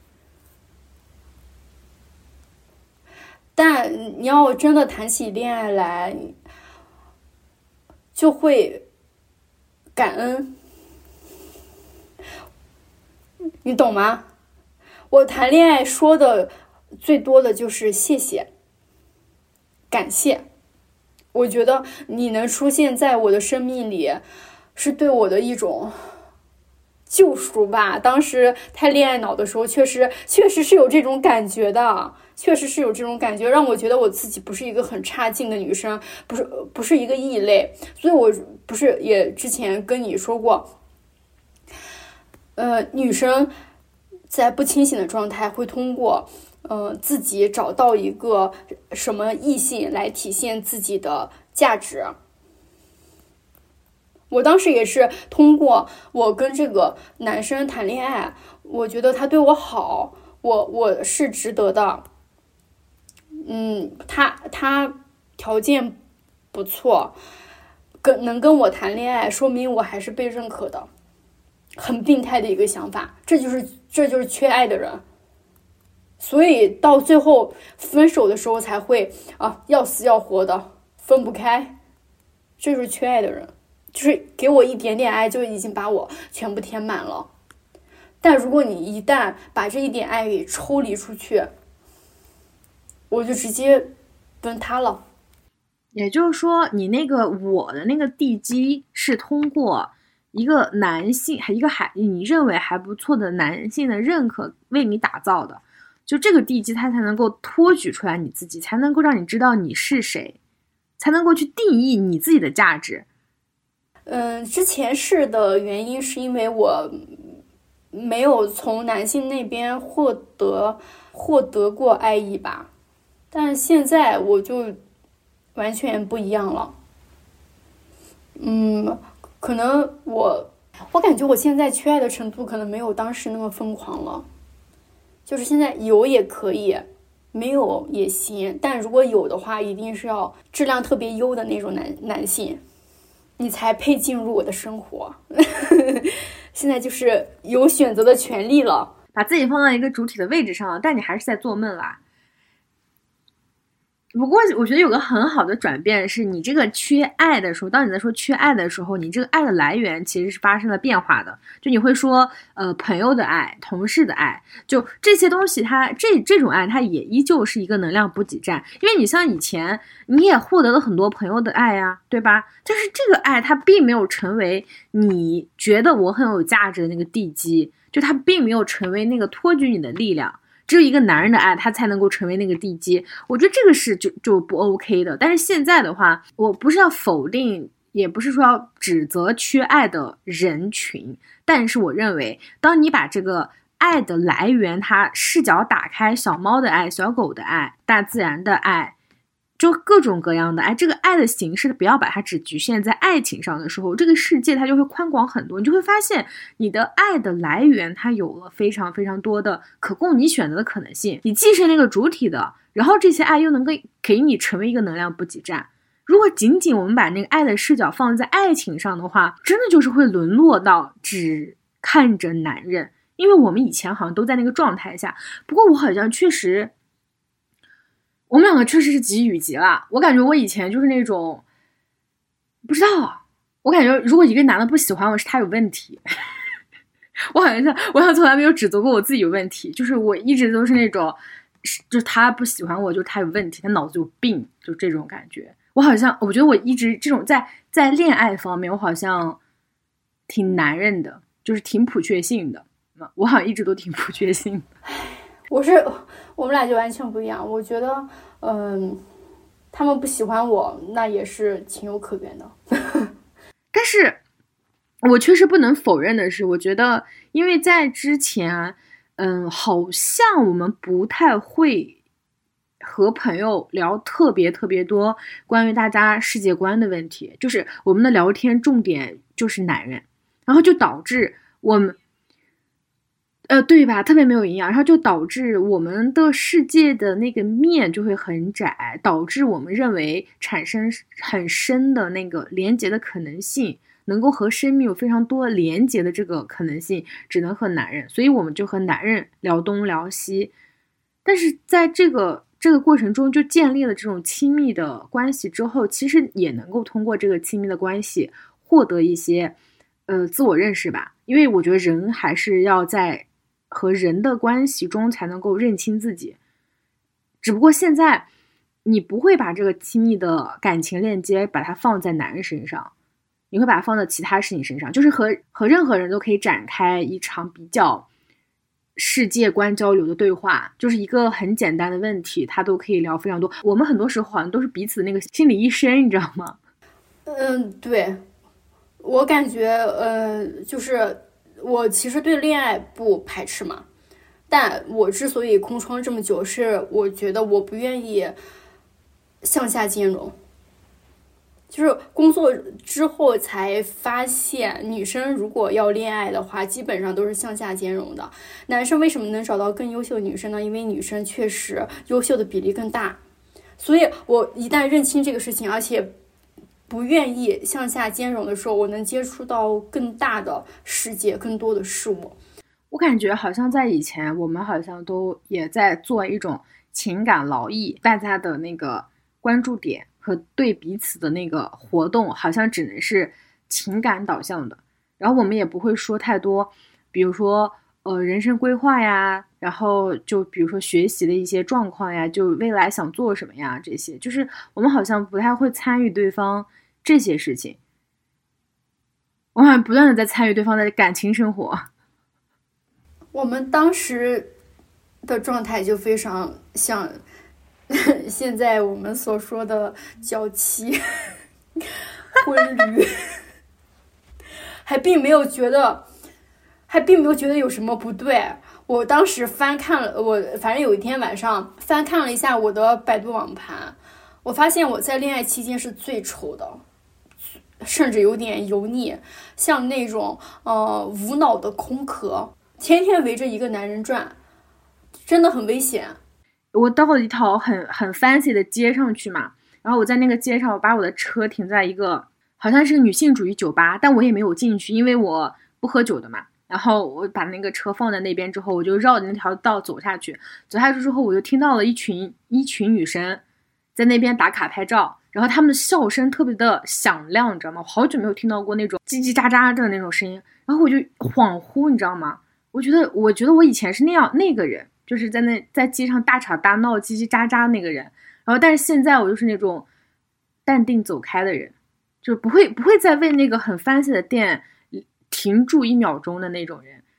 但你要真的谈起恋爱来，就会感恩，你懂吗？我谈恋爱说的最多的就是谢谢，感谢。我觉得你能出现在我的生命里，是对我的一种救赎吧。当时太恋爱脑的时候，确实确实是有这种感觉的，确实是有这种感觉，让我觉得我自己不是一个很差劲的女生，不是不是一个异类。所以我不是也之前跟你说过，呃，女生在不清醒的状态会通过呃自己找到一个什么异性来体现自己的价值。我当时也是通过我跟这个男生谈恋爱，我觉得他对我好，我我是值得的。嗯，他他条件不错，跟能跟我谈恋爱，说明我还是被认可的。很病态的一个想法，这就是这就是缺爱的人。所以到最后分手的时候才会啊要死要活的分不开，这就是缺爱的人。就是给我一点点爱就已经把我全部填满了，但如果你一旦把这一点爱给抽离出去，我就直接崩塌了。 也就是说，你那个我的那个地基是通过一个男性，一个还你认为还不错的男性的认可为你打造的，就这个地基它才能够托举出来你自己，才能够让你知道你是谁，才能够去定义你自己的价值。 嗯，之前是的原因是因为我没有从男性那边获得获得过爱意吧，但现在我就完全不一样了。嗯，可能我我感觉我现在缺爱的程度可能没有当时那么疯狂了，就是现在有也可以，没有也行，但如果有的话，一定是要质量特别优的那种男男性。你才配进入我的生活。现在就是有选择的权利了， 把自己放到一个主体的位置上了，但你还是在做梦啦。不过我觉得有个很好的转变是，你这个缺爱的时候，当你在说缺爱的时候，你这个爱的来源其实是发生了变化的。就你会说呃朋友的爱，同事的爱，就这些东西它这这种爱它也依旧是一个能量补给站。因为你像以前你也获得了很多朋友的爱呀，对吧？但是这个爱它并没有成为你觉得我很有价值的那个地基， 就他并没有成为那个托举你的力量，只有一个男人的爱他才能够成为那个地基。我觉得这个是就就不 OK 的。但是现在的话，我不是要否定，也不是说要指责缺爱的人群，但是我认为当你把这个爱的来源它视角打开，小猫的爱，小狗的爱，大自然的爱，就各种各样的爱，这个爱的形式不要把它只局限在爱情上的时候，这个世界它就会宽广很多。你就会发现你的爱的来源它有了非常非常多的可供你选择的可能性，你既是那个主体的，然后这些爱又能够给你成为一个能量补给站。如果仅仅我们把那个爱的视角放在爱情上的话，真的就是会沦落到只看着男人，因为我们以前好像都在那个状态下。不过我好像确实我们两个确实是极与极了。我感觉我以前就是那种不知道，我感觉如果一个男的不喜欢我是他有问题我好像我好像从来没有指责过我自己有问题，就是我一直都是那种就是他不喜欢我就是他有问题，他脑子有病，就这种感觉。我好像我觉得我一直这种在在恋爱方面我好像挺男人的，就是挺普确性的，我好像一直都挺普确性的。 我是我们俩就完全不一样。我觉得嗯，他们不喜欢我那也是情有可原的但是我确实不能否认的是，我觉得因为在之前嗯，好像我们不太会和朋友聊特别特别多关于大家世界观的问题，就是我们的聊天重点就是男人，然后就导致我们呃，对吧，特别没有营养，然后就导致我们的世界的那个面就会很窄，导致我们认为产生很深的那个连结的可能性，能够和生命有非常多连结的这个可能性只能和男人，所以我们就和男人聊东聊西。但是在这个这个过程中就建立了这种亲密的关系之后，其实也能够通过这个亲密的关系获得一些呃自我认识吧。因为我觉得人还是要在和人的关系中才能够认清自己，只不过现在你不会把这个亲密的感情链接把它放在男人身上，你会把它放在其他事情身上，就是和和任何人都可以展开一场比较世界观交流的对话，就是一个很简单的问题他都可以聊非常多。我们很多时候好像都是彼此那个心理医生，你知道吗？ 嗯，对，我感觉呃就是我其实对恋爱不排斥嘛，但我之所以空窗这么久，是我觉得我不愿意向下兼容。就是工作之后才发现，女生如果要恋爱的话，基本上都是向下兼容的。男生为什么能找到更优秀的女生呢？因为女生确实优秀的比例更大。所以我一旦认清这个事情，而且不愿意向下兼容的时候，我能接触到更大的世界，更多的事物。 我感觉好像在以前我们好像都也在做一种情感劳役，大家的那个关注点和对彼此的那个活动好像只能是情感导向的，然后我们也不会说太多比如说呃人生规划呀，然后就比如说学习的一些状况呀，就未来想做什么呀，这些就是我们好像不太会参与对方这些事情。我好像不断的在参与对方的感情生活。 我们当时的状态就非常像现在我们所说的娇妻婚驴还并没有觉得还并没有觉得有什么不对。我当时翻看了，我反正有一天晚上翻看了一下我的百度网盘，我发现我在恋爱期间是最丑的，甚至有点油腻，像那种呃无脑的空壳，天天围着一个男人转，真的很危险。 我到了一条很很 fancy 的街上去嘛，然后我在那个街上，我把我的车停在一个好像是个女性主义酒吧，但我也没有进去，因为我不喝酒的嘛。然后我把那个车放在那边之后，我就绕着那条道走下去。走下去之后，我就听到了一群一群女生在那边打卡拍照，然后她们的笑声特别的响亮，你知道吗？我好久没有听到过那种叽叽喳喳的那种声音，然后我就恍惚，你知道吗？我觉得，我觉得我以前是那样那个人。就是在那在街上大吵大闹叽叽喳喳那个人，然后但是现在我就是那种淡定走开的人，就是不会不会再为那个很fancy的店停住一秒钟的那种人。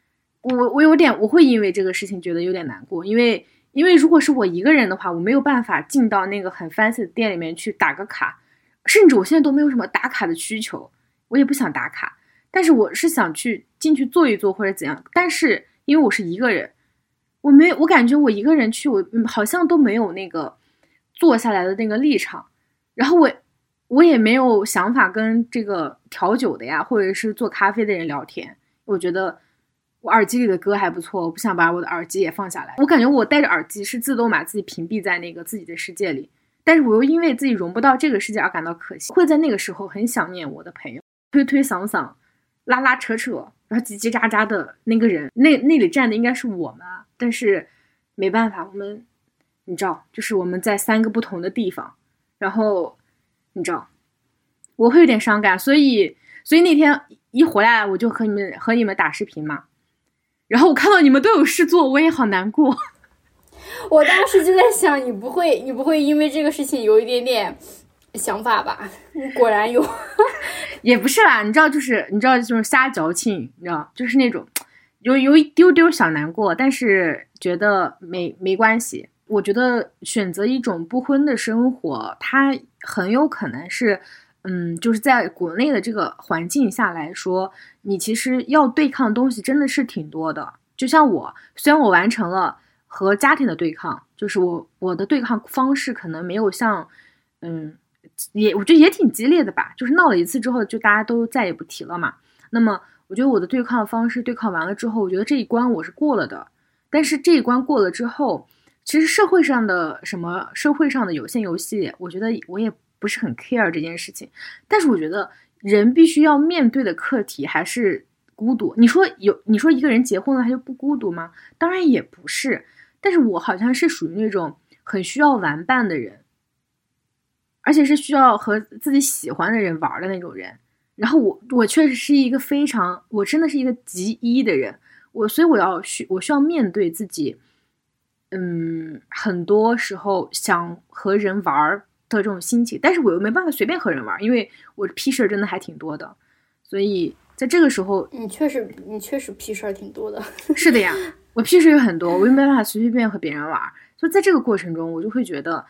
我我有点我会因为这个事情觉得有点难过，因为因为如果是我一个人的话，我没有办法进到那个很 fancy 的店里面去打个卡，甚至我现在都没有什么打卡的需求，我也不想打卡，但是我是想去进去坐一坐或者怎样，但是因为我是一个人，我没我感觉我一个人去，我好像都没有那个坐下来的那个立场，然后我我也没有想法跟这个调酒的呀或者是做咖啡的人聊天，我觉得我耳机里的歌还不错，我不想把我的耳机也放下来，我感觉我戴着耳机是自动把自己屏蔽在那个自己的世界里，但是我又因为自己融不到这个世界而感到可惜，会在那个时候很想念我的朋友，推推搡搡拉拉扯扯然后叽叽喳喳的那个人，那那里站的应该是我们，但是没办法，我们你知道就是我们在三个不同的地方，然后你知道我会有点伤感，所以所以那天一回来我就和你们和你们打视频嘛，然后我看到你们都有事做，我也好难过。 我当时就在想，你不会你不会因为这个事情有一点点想法吧？你果然有。 也不是啦，你知道就是你知道就是瞎矫情，你知道就是那种有有一丢丢小难过，但是觉得没没关系。我觉得选择一种不婚的生活，它很有可能是嗯，就是在国内的这个环境下来说，你其实要对抗的东西真的是挺多的。就像我，虽然我完成了和家庭的对抗，就是我我的对抗方式可能没有像嗯也我觉得也挺激烈的吧，就是闹了一次之后就大家都再也不提了嘛。那么我觉得我的对抗方式对抗完了之后，我觉得这一关我是过了的。但是这一关过了之后，其实社会上的什么社会上的有限游戏，我觉得我也不是很 care 这件事情。但是我觉得人必须要面对的课题还是孤独。你说有你说一个人结婚了他就不孤独吗？当然也不是。但是我好像是属于那种很需要玩伴的人，而且是需要和自己喜欢的人玩的那种人。然后我我确实是一个非常我真的是一个极一的人，我所以我要需我需要面对自己嗯很多时候想和人玩的这种心情，但是我又没办法随便和人玩，因为我屁事真的还挺多的。所以在这个时候你确实你确实屁事儿挺多的。 是的呀，我屁事有很多，我又没办法随随便便和别人玩，所以在这个过程中我就会觉得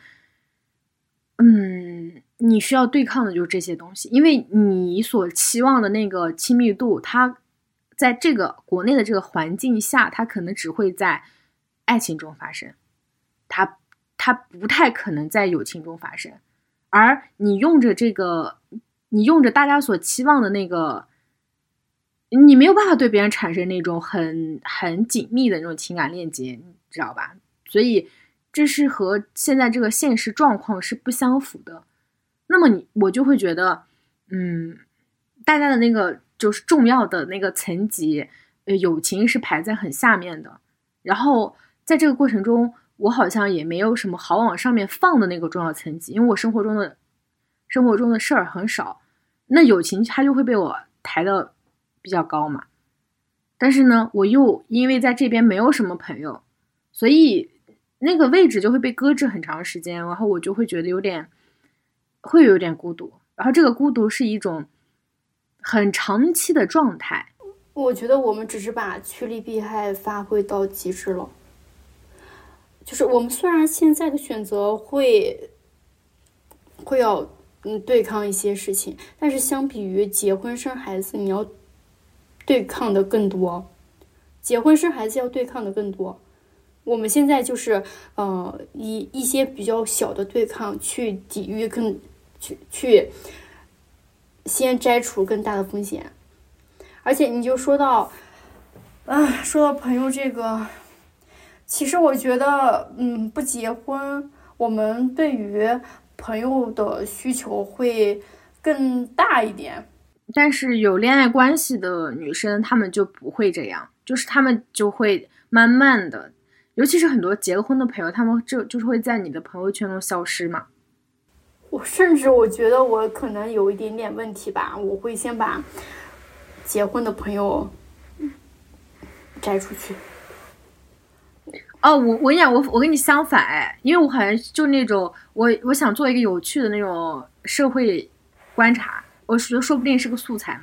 嗯，你需要对抗的就是这些东西，因为你所期望的那个亲密度，它在这个国内的这个环境下，它可能只会在爱情中发生，它它不太可能在友情中发生。而你用着这个，你用着大家所期望的那个，你没有办法对别人产生那种很很紧密的那种情感链接，你知道吧？所以这是和现在这个现实状况是不相符的。那么你我就会觉得嗯，大家的那个就是重要的那个层级呃，友情是排在很下面的，然后在这个过程中我好像也没有什么好往上面放的那个重要层级，因为我生活中的生活中的事儿很少，那友情它就会被我抬得比较高嘛。但是呢我又因为在这边没有什么朋友，所以那个位置就会被搁置很长时间，然后我就会觉得有点会有点孤独，然后这个孤独是一种很长期的状态。 我觉得我们只是把趋利避害发挥到极致了，就是我们虽然现在的选择会会要嗯对抗一些事情，但是相比于结婚生孩子，你要对抗的更多，结婚生孩子要对抗的更多。我们现在就是呃以一些比较小的对抗去抵御更去去先摘除更大的风险。而且你就说到啊，说到朋友这个，其实我觉得嗯不结婚，我们对于朋友的需求会更大一点。 但是有恋爱关系的女生她们就不会这样，就是她们就会慢慢的，尤其是很多结了婚的朋友，他们就就是会在你的朋友圈中消失嘛。 我甚至我觉得我可能有一点点问题吧，我会先把结婚的朋友摘出去。 哦，我我跟你讲，我我跟你相反哎，因为我好像就那种我我想做一个有趣的那种社会观察，我觉得说不定是个素材嘛。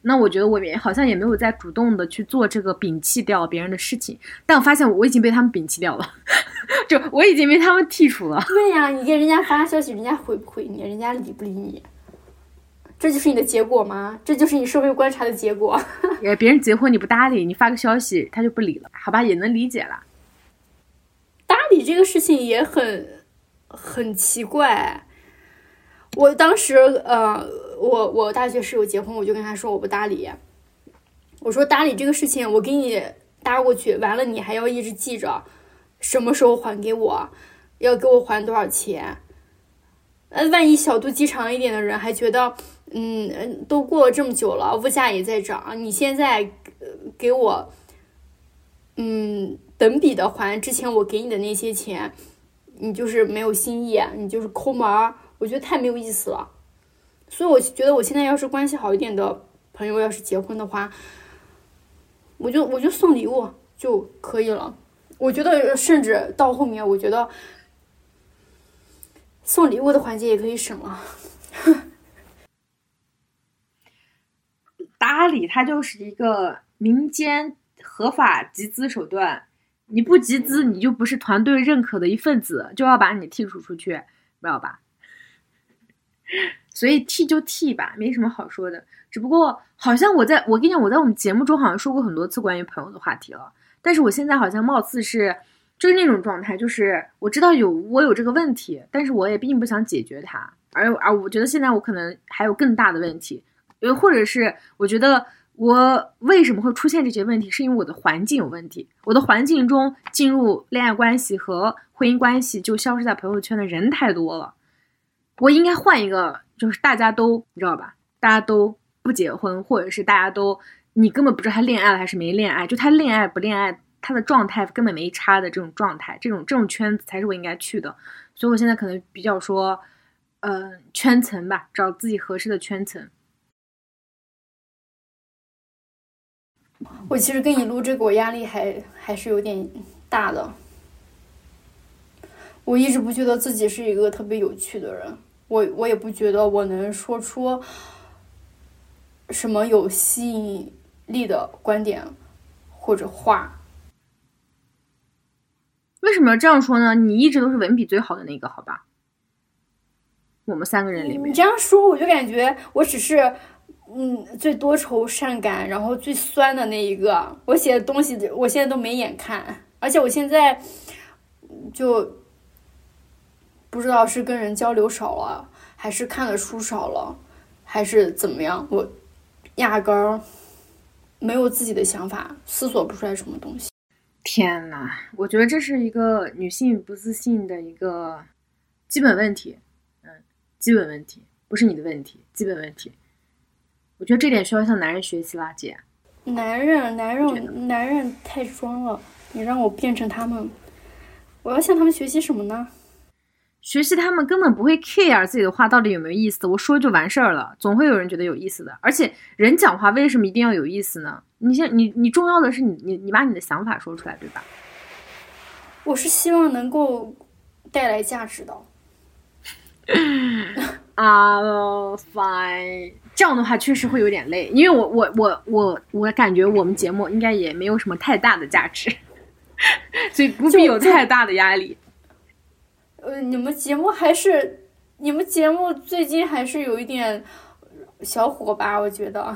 那我觉得我也好像也没有在主动的去做这个摒弃掉别人的事情，但我发现我已经被他们摒弃掉了，就我已经被他们剔除了。 对呀、啊，你给人家发消息，人家回不回你，人家理不理你，这就是你的结果吗？这就是你社会观察的结果。 别人结婚你不搭理，你发个消息他就不理了，好吧，也能理解了。 搭理这个事情也很很奇怪。我当时呃，我我大学室友结婚，我就跟他说我不搭理。我说搭理这个事情，我给你搭过去，完了你还要一直记着，什么时候还给我，要给我还多少钱。呃，万一小肚鸡肠一点的人还觉得，嗯，都过了这么久了，物价也在涨，你现在、呃、给我，嗯，等比的还之前我给你的那些钱，你就是没有心意，你就是抠门儿。我觉得太没有意思了，所以我觉得我现在要是关系好一点的朋友要是结婚的话，我就我就送礼物就可以了。我觉得甚至到后面，我觉得送礼物的环节也可以省了。 搭理它就是一个民间合法集资手段，你不集资你就不是团队认可的一份子，就要把你剔除出去，知道吧？所以剃就剃吧，没什么好说的。只不过好像我在我跟你讲，我在我们节目中好像说过很多次关于朋友的话题了，但是我现在好像貌似是就是那种状态，就是我知道有我有这个问题，但是我也并不想解决它，而而我觉得现在我可能还有更大的问题，或者是我觉得我为什么会出现这些问题，是因为我的环境有问题，我的环境中进入恋爱关系和婚姻关系就消失在朋友圈的人太多了。我应该换一个，就是大家都你知道吧，大家都不结婚，或者是大家都你根本不知道他恋爱了还是没恋爱，就他恋爱不恋爱他的状态根本没差的这种状态，这种这种圈子才是我应该去的。所以我现在可能比较说呃，圈层吧，找自己合适的圈层。 我其实跟你录这个我压力还还是有点大的，我一直不觉得自己是一个特别有趣的人，我我也不觉得我能说出什么有吸引力的观点或者话。 为什么要这样说呢？你一直都是文笔最好的那个，好吧？我们三个人里面， 你这样说我就感觉我只是嗯最多愁善感，然后最酸的那一个。我写的东西我现在都没眼看，而且我现在就不知道是跟人交流少了，还是看的书少了，还是怎么样，我压根儿没有自己的想法，思索不出来什么东西。 天哪，我觉得这是一个女性不自信的一个基本问题，嗯，基本问题，不是你的问题，基本问题。我觉得这点需要向男人学习啦，姐。 男人，男人，男人太装了，你让我变成他们，我要向他们学习什么呢？ 学习他们根本不会 care 自己的话到底有没有意思，我说就完事儿了，总会有人觉得有意思的。而且人讲话为什么一定要有意思呢？你先，你你重要的是你你你把你的想法说出来，对吧？ 我是希望能够带来价值的。 啊、uh, ，fine， 这样的话确实会有点累，因为我我我我我感觉我们节目应该也没有什么太大的价值，所以不必有太大的压力。 呃，你们节目还是你们节目最近还是有一点小火吧，我觉得。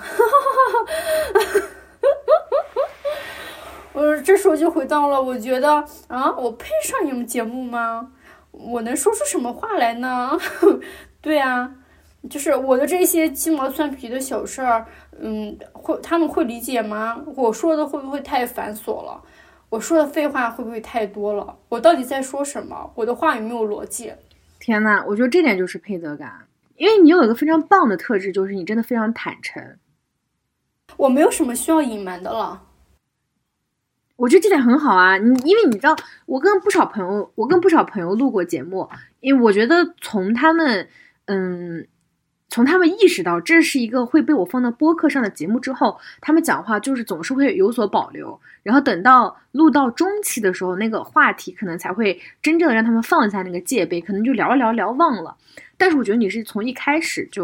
呃，这时候就回到了，我觉得啊，我配上你们节目吗？我能说出什么话来呢？对啊，就是我的这些鸡毛蒜皮的小事儿，嗯，会他们会理解吗？我说的会不会太繁琐了？我说的废话会不会太多了？我到底在说什么？我的话有没有逻辑？ 天哪，我觉得这点就是配得感，因为你有一个非常棒的特质，就是你真的非常坦诚。 我没有什么需要隐瞒的了。 我觉得这点很好啊，你因为你知道，我跟不少朋友，我跟不少朋友录过节目，因为我觉得从他们，嗯。从他们意识到这是一个会被我放到播客上的节目之后，他们讲话就是总是会有所保留，然后等到录到中期的时候，那个话题可能才会真正的让他们放下那个戒备，可能就聊一聊聊忘了。但是我觉得你是从一开始就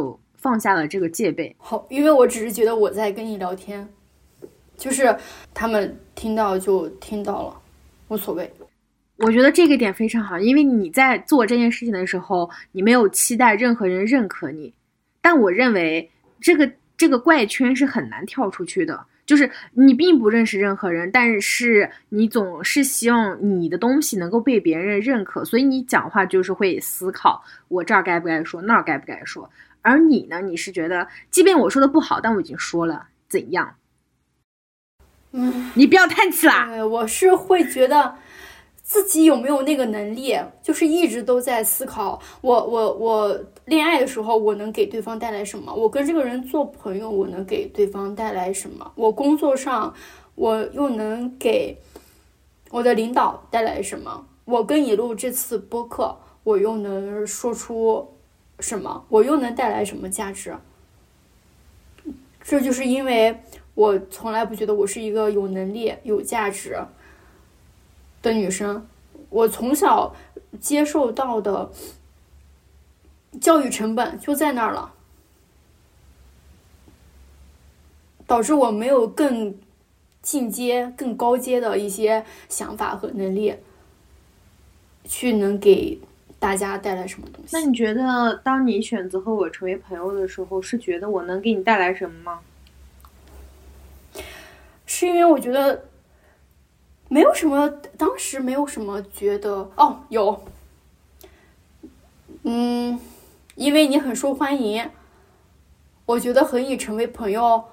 放下了这个戒备。 好，因为我只是觉得我在跟你聊天，就是他们听到就听到了，无所谓。 我觉得这个点非常好，因为你在做这件事情的时候，你没有期待任何人认可你。但我认为这个这个怪圈是很难跳出去的，就是你并不认识任何人，但是你总是希望你的东西能够被别人认可，所以你讲话就是会思考我这儿该不该说，那儿该不该说。而你呢，你是觉得即便我说的不好，但我已经说了，怎样？ 嗯， 你不要叹气啦。 呃、我是会觉得自己有没有那个能力，就是一直都在思考我我我恋爱的时候我能给对方带来什么，我跟这个人做朋友我能给对方带来什么，我工作上我又能给我的领导带来什么，我跟你录这次播客我又能说出什么，我又能带来什么价值。这就是因为我从来不觉得我是一个有能力有价值的女生，我从小接受到的教育成本就在那儿了，导致我没有更进阶更高阶的一些想法和能力去能给大家带来什么东西。 那你觉得当你选择和我成为朋友的时候，是觉得我能给你带来什么吗？ 是因为我觉得没有什么，当时没有什么觉得，哦，有，嗯，因为你很受欢迎，我觉得和你成为朋友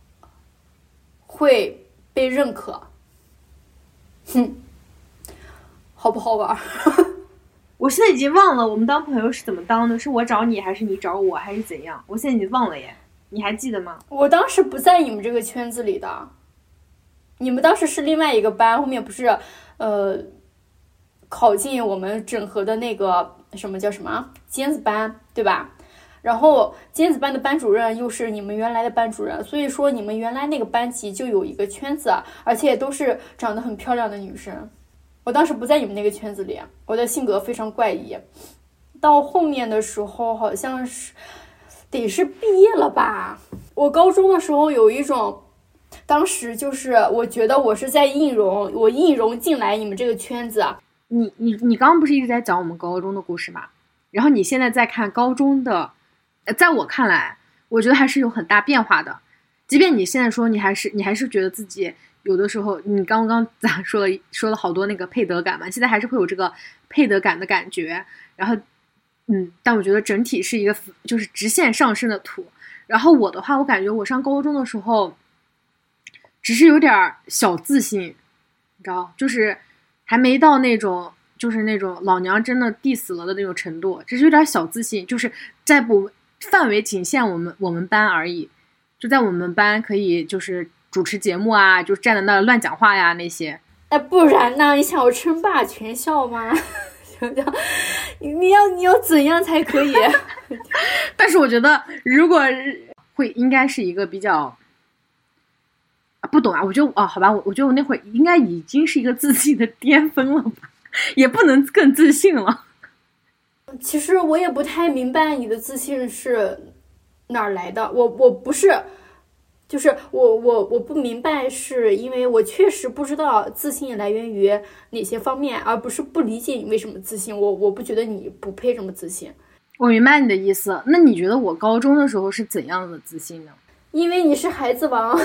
会被认可。哼，好不好玩？ 我现在已经忘了我们当朋友是怎么当的，是我找你还是你找我还是怎样？我现在已经忘了耶，你还记得吗？ 我当时不在你们这个圈子里的，你们当时是另外一个班，后面不是呃考进我们整合的那个什么叫什么尖子班，对吧？然后尖子班的班主任又是你们原来的班主任，所以说你们原来那个班级就有一个圈子，而且都是长得很漂亮的女生。我当时不在你们那个圈子里，我的性格非常怪异。到后面的时候好像是得是毕业了吧，我高中的时候有一种，当时就是我觉得我是在应融，我应融进来你们这个圈子。 你你你刚刚不是一直在讲我们高中的故事吗？然后你现在在看高中的，在我看来我觉得还是有很大变化的。即便你现在说你还是你还是觉得自己有的时候，你刚刚咱说了说了好多那个配得感嘛，现在还是会有这个配得感的感觉。然后嗯，但我觉得整体是一个就是直线上升的图。然后我的话，我感觉我上高中的时候只是有点小自信，你知道，就是还没到那种就是那种老娘真的 diss 了的那种程度，只是有点小自信，就是在不范围仅限我们我们班而已，就在我们班可以就是主持节目啊，就站在那乱讲话呀那些。 哎，不然呢？你想要称霸全校吗？你要你要怎样才可以？ 但是我觉得如果会应该是一个比较啊不懂啊，我觉得哦好吧，我我觉得我那会儿应该已经是一个自信的巅峰了吧，也不能更自信了。 其实我也不太明白你的自信是哪儿来的，我我不是。就是我我我不明白，是因为我确实不知道自信来源于哪些方面，而不是不理解你为什么自信。我我不觉得你不配这么自信。 我明白你的意思，那你觉得我高中的时候是怎样的自信呢？ 因为你是孩子王。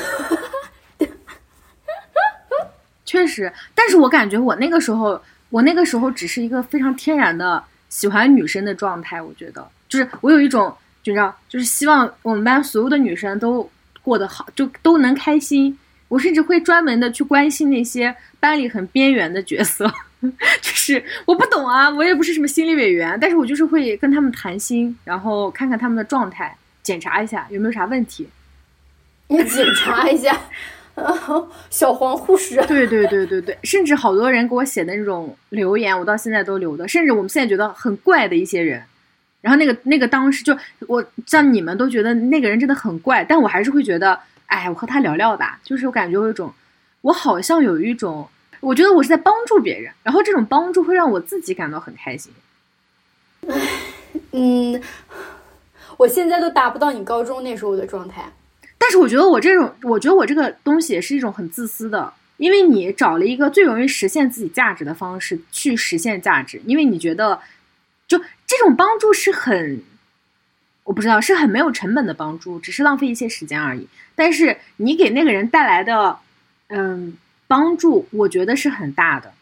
确实，但是我感觉我那个时候，我那个时候只是一个非常天然的喜欢女生的状态。我觉得，就是我有一种，就知道，就是希望我们班所有的女生都过得好，就都能开心。我甚至会专门的去关心那些班里很边缘的角色，就是我不懂啊，我也不是什么心理委员，但是我就是会跟他们谈心，然后看看他们的状态，检查一下有没有啥问题。 你检查一下，小黄护士。 对对对对对，甚至好多人给我写的那种留言，我到现在都留的，甚至我们现在觉得很怪的一些人。然后那个那个当时就我像你们都觉得那个人真的很怪，但我还是会觉得，哎，我和他聊聊吧。就是我感觉有一种，我好像有一种，我觉得我是在帮助别人，然后这种帮助会让我自己感到很开心。 嗯， 我现在都达不到你高中那时候的状态。 但是我觉得我这种，我觉得我这个东西也是一种很自私的，因为你找了一个最容易实现自己价值的方式去实现价值，因为你觉得就这种帮助是很，我不知道是很没有成本的帮助，只是浪费一些时间而已。但是你给那个人带来的嗯帮助，我觉得是很大的，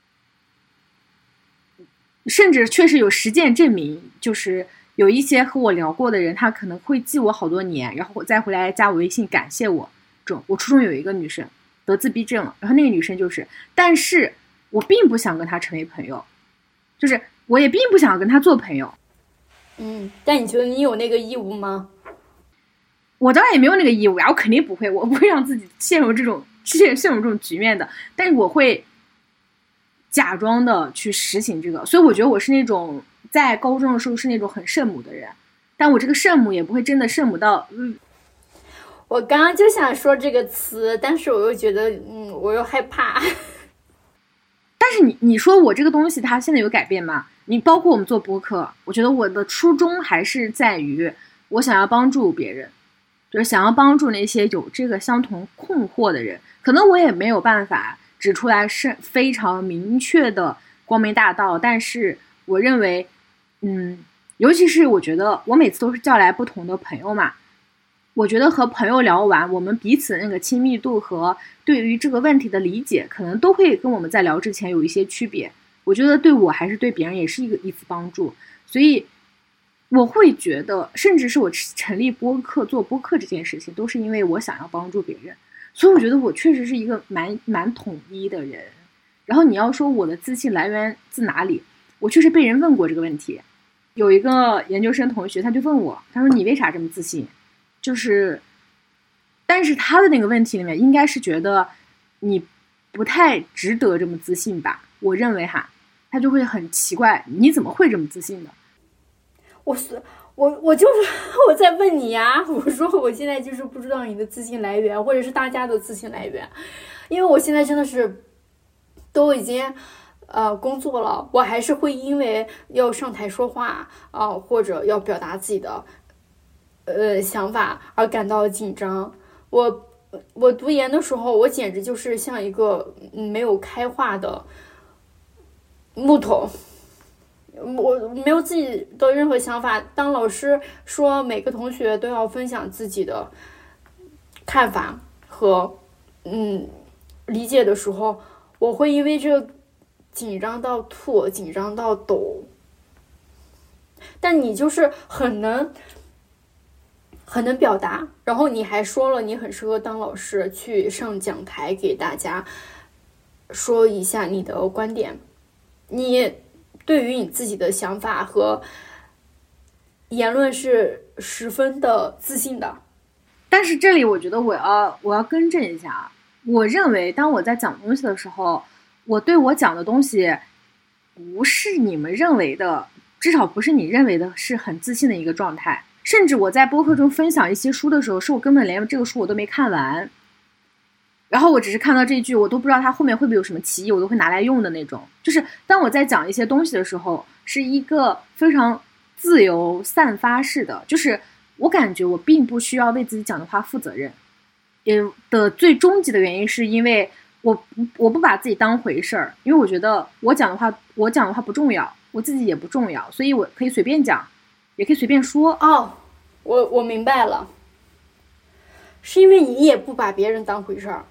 甚至确实有实践证明，就是有一些和我聊过的人，他可能会记我好多年，然后再回来加我微信感谢我。这种我初中有一个女生得自闭症了，然后那个女生就是，但是我并不想跟她成为朋友，就是我也并不想跟她做朋友。 嗯，但你觉得你有那个义务吗？ 我当然也没有那个义务呀，我肯定不会，我不会让自己陷入这种陷陷入这种局面的，但是我会假装的去实行这个。所以我觉得我是那种在高中的时候是那种很圣母的人，但我这个圣母也不会真的圣母到嗯。 我刚刚就想说这个词，但是我又觉得嗯，我又害怕。 但是你你说我这个东西它现在有改变吗？你包括我们做播客，我觉得我的初衷还是在于我想要帮助别人，就是想要帮助那些有这个相同困惑的人。可能我也没有办法指出来是非常明确的光明大道，但是我认为嗯，尤其是我觉得我每次都是叫来不同的朋友嘛，我觉得和朋友聊完，我们彼此那个亲密度和对于这个问题的理解可能都会跟我们在聊之前有一些区别，我觉得对我还是对别人也是一个一次帮助。所以我会觉得甚至是我成立播客做播客这件事情都是因为我想要帮助别人，所以我觉得我确实是一个蛮蛮统一的人。然后你要说我的自信来源自哪里，我确实被人问过这个问题，有一个研究生同学他就问我，他说你为啥这么自信，就是但是他的那个问题里面应该是觉得你不太值得这么自信吧，我认为哈，他就会很奇怪你怎么会这么自信的。 我是我我就是我在问你呀，我说我现在就是不知道你的自信来源，或者是大家的自信来源，因为我现在真的是都已经呃工作了，我还是会因为要上台说话啊、呃，或者要表达自己的呃想法而感到紧张。我我读研的时候，我简直就是像一个没有开化的木头，我没有自己的任何想法。当老师说每个同学都要分享自己的看法和嗯理解的时候，我会因为这个紧张到吐，紧张到抖。但你就是很能很能表达，然后你还说了你很适合当老师，去上讲台给大家说一下你的观点，你对于你自己的想法和言论是十分的自信的。 但是这里我觉得我要我要更正一下啊，我认为当我在讲东西的时候，我对我讲的东西不是你们认为的，至少不是你认为的是很自信的一个状态。甚至我在播客中分享一些书的时候，是我根本连这个书我都没看完，然后我只是看到这句，我都不知道它后面会不会有什么歧义，我都会拿来用的那种。就是当我在讲一些东西的时候，是一个非常自由散发式的，就是我感觉我并不需要为自己讲的话负责任。也的最终极的原因是因为我我不把自己当回事儿，因为我觉得我讲的话我讲的话不重要，我自己也不重要，所以我可以随便讲，也可以随便说。 哦，我我明白了，是因为你也不把别人当回事儿。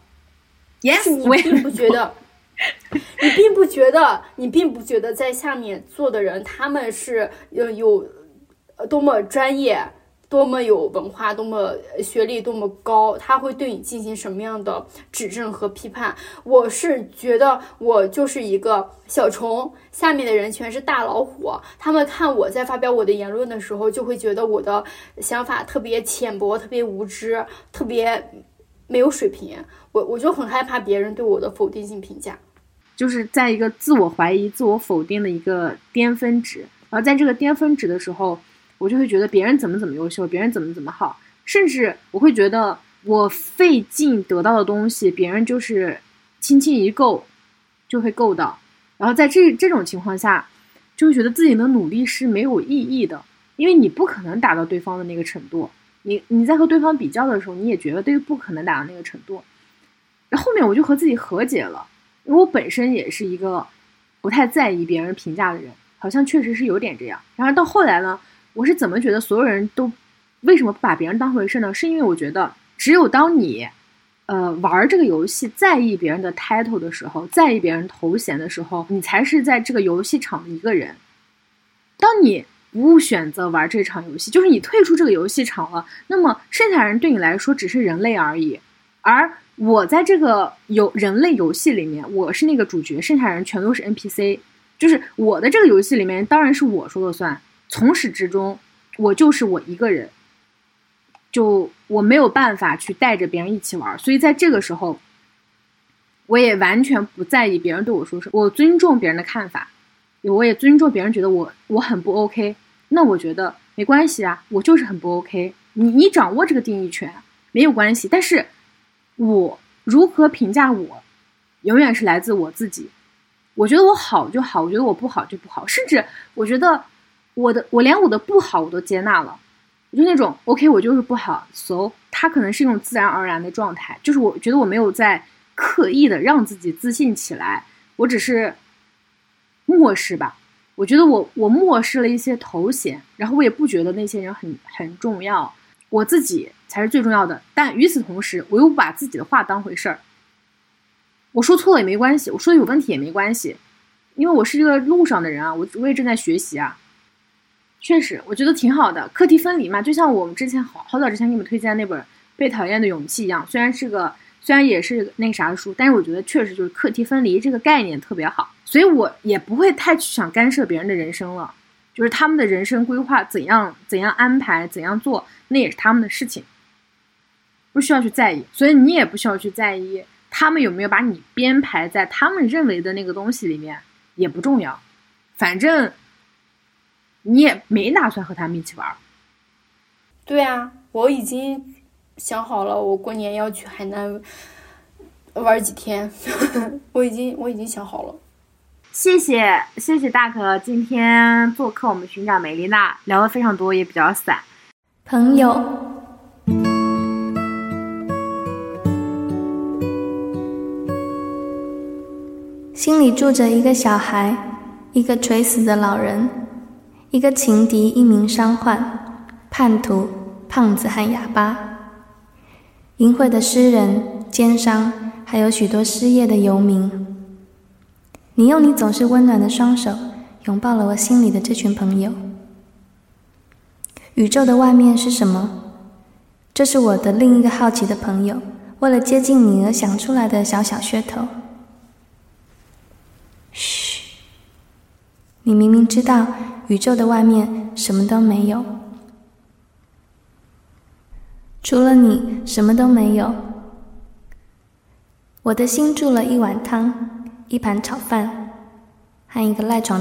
Yes， 你并不觉得，你并不觉得，你并不觉得在下面坐的人他们是有有多么专业，多么有文化，多么学历多么高，他会对你进行什么样的指正和批判。我是觉得我就是一个小虫，下面的人全是大老虎，他们看我在发表我的言论的时候，就会觉得我的想法特别浅薄，特别无知，特别没有水平。我我就很害怕别人对我的否定性评价， 就是在一个自我怀疑自我否定的一个巅峰值，然后在这个巅峰值的时候，我就会觉得别人怎么怎么优秀，别人怎么怎么好，甚至我会觉得我费劲得到的东西，别人就是轻轻一够就会够到，然后在这这种情况下，就会觉得自己的努力是没有意义的， 因为你不可能达到对方的那个程度，你你在和对方比较的时候，你也觉得对不可能达到那个程度。然后后面我就和自己和解了，因为我本身也是一个不太在意别人评价的人，好像确实是有点这样。然后到后来呢，我是怎么觉得所有人都为什么不把别人当回事呢？是因为我觉得只有当你呃玩这个游戏在意别人的 title 的时候，在意别人头衔的时候，你才是在这个游戏场的一个人。当你不选择玩这场游戏，就是你退出这个游戏场了，那么剩下人对你来说只是人类而已。而我在这个游人类游戏里面，我是那个主角，剩下人全都是 N P C， 就是我的这个游戏里面当然是我说了算，从始至终我就是我一个人，就我没有办法去带着别人一起玩。所以在这个时候我也完全不在意别人对我说什么，我尊重别人的看法，我也尊重别人觉得我我很不 OK， 那我觉得没关系啊，我就是很不 OK， 你你掌握这个定义权没有关系，但是我如何评价我永远是来自我自己。我觉得我好就好，我觉得我不好就不好，甚至我觉得我的我连我的不好我都接纳了，我就那种 OK 我就是不好 so 它可能是一种自然而然的状态，就是我觉得我没有在刻意的让自己自信起来，我只是漠视吧。我觉得我我漠视了一些头衔，然后我也不觉得那些人很很重要，我自己才是最重要的。但与此同时，我又不把自己的话当回事儿。我说错了也没关系，我说的有问题也没关系，因为我是这个路上的人啊，我我也正在学习啊。确实，我觉得挺好的，课题分离嘛，就像我们之前好好早之前给你们推荐那本《被讨厌的勇气》一样，虽然是个虽然也是那个啥的书，但是我觉得确实就是课题分离这个概念特别好，所以我也不会太去想干涉别人的人生了，就是他们的人生规划怎样怎样安排怎样做，那也是他们的事情，不需要去在意。所以你也不需要去在意他们有没有把你编排在他们认为的那个东西里面，也不重要，反正你也没打算和他们一起玩。 对啊，我已经想好了，我过年要去海南玩几天我已经我已经想好了。 谢谢谢谢大可今天做客我们寻找梅丽娜，聊得非常多也比较散。 朋友，心里住着一个小孩，一个垂死的老人，一个情敌，一名伤患，叛徒，胖子和哑巴，淫秽的诗人，奸商，还有许多失业的游民。你用你总是温暖的双手拥抱了我心里的这群朋友。宇宙的外面是什么？这是我的另一个好奇的朋友为了接近你而想出来的小小噱头。嘘，你明明知道宇宙的外面什么都没有，除了你什么都没有。我的心住了一碗汤，一盘炒饭和一个赖床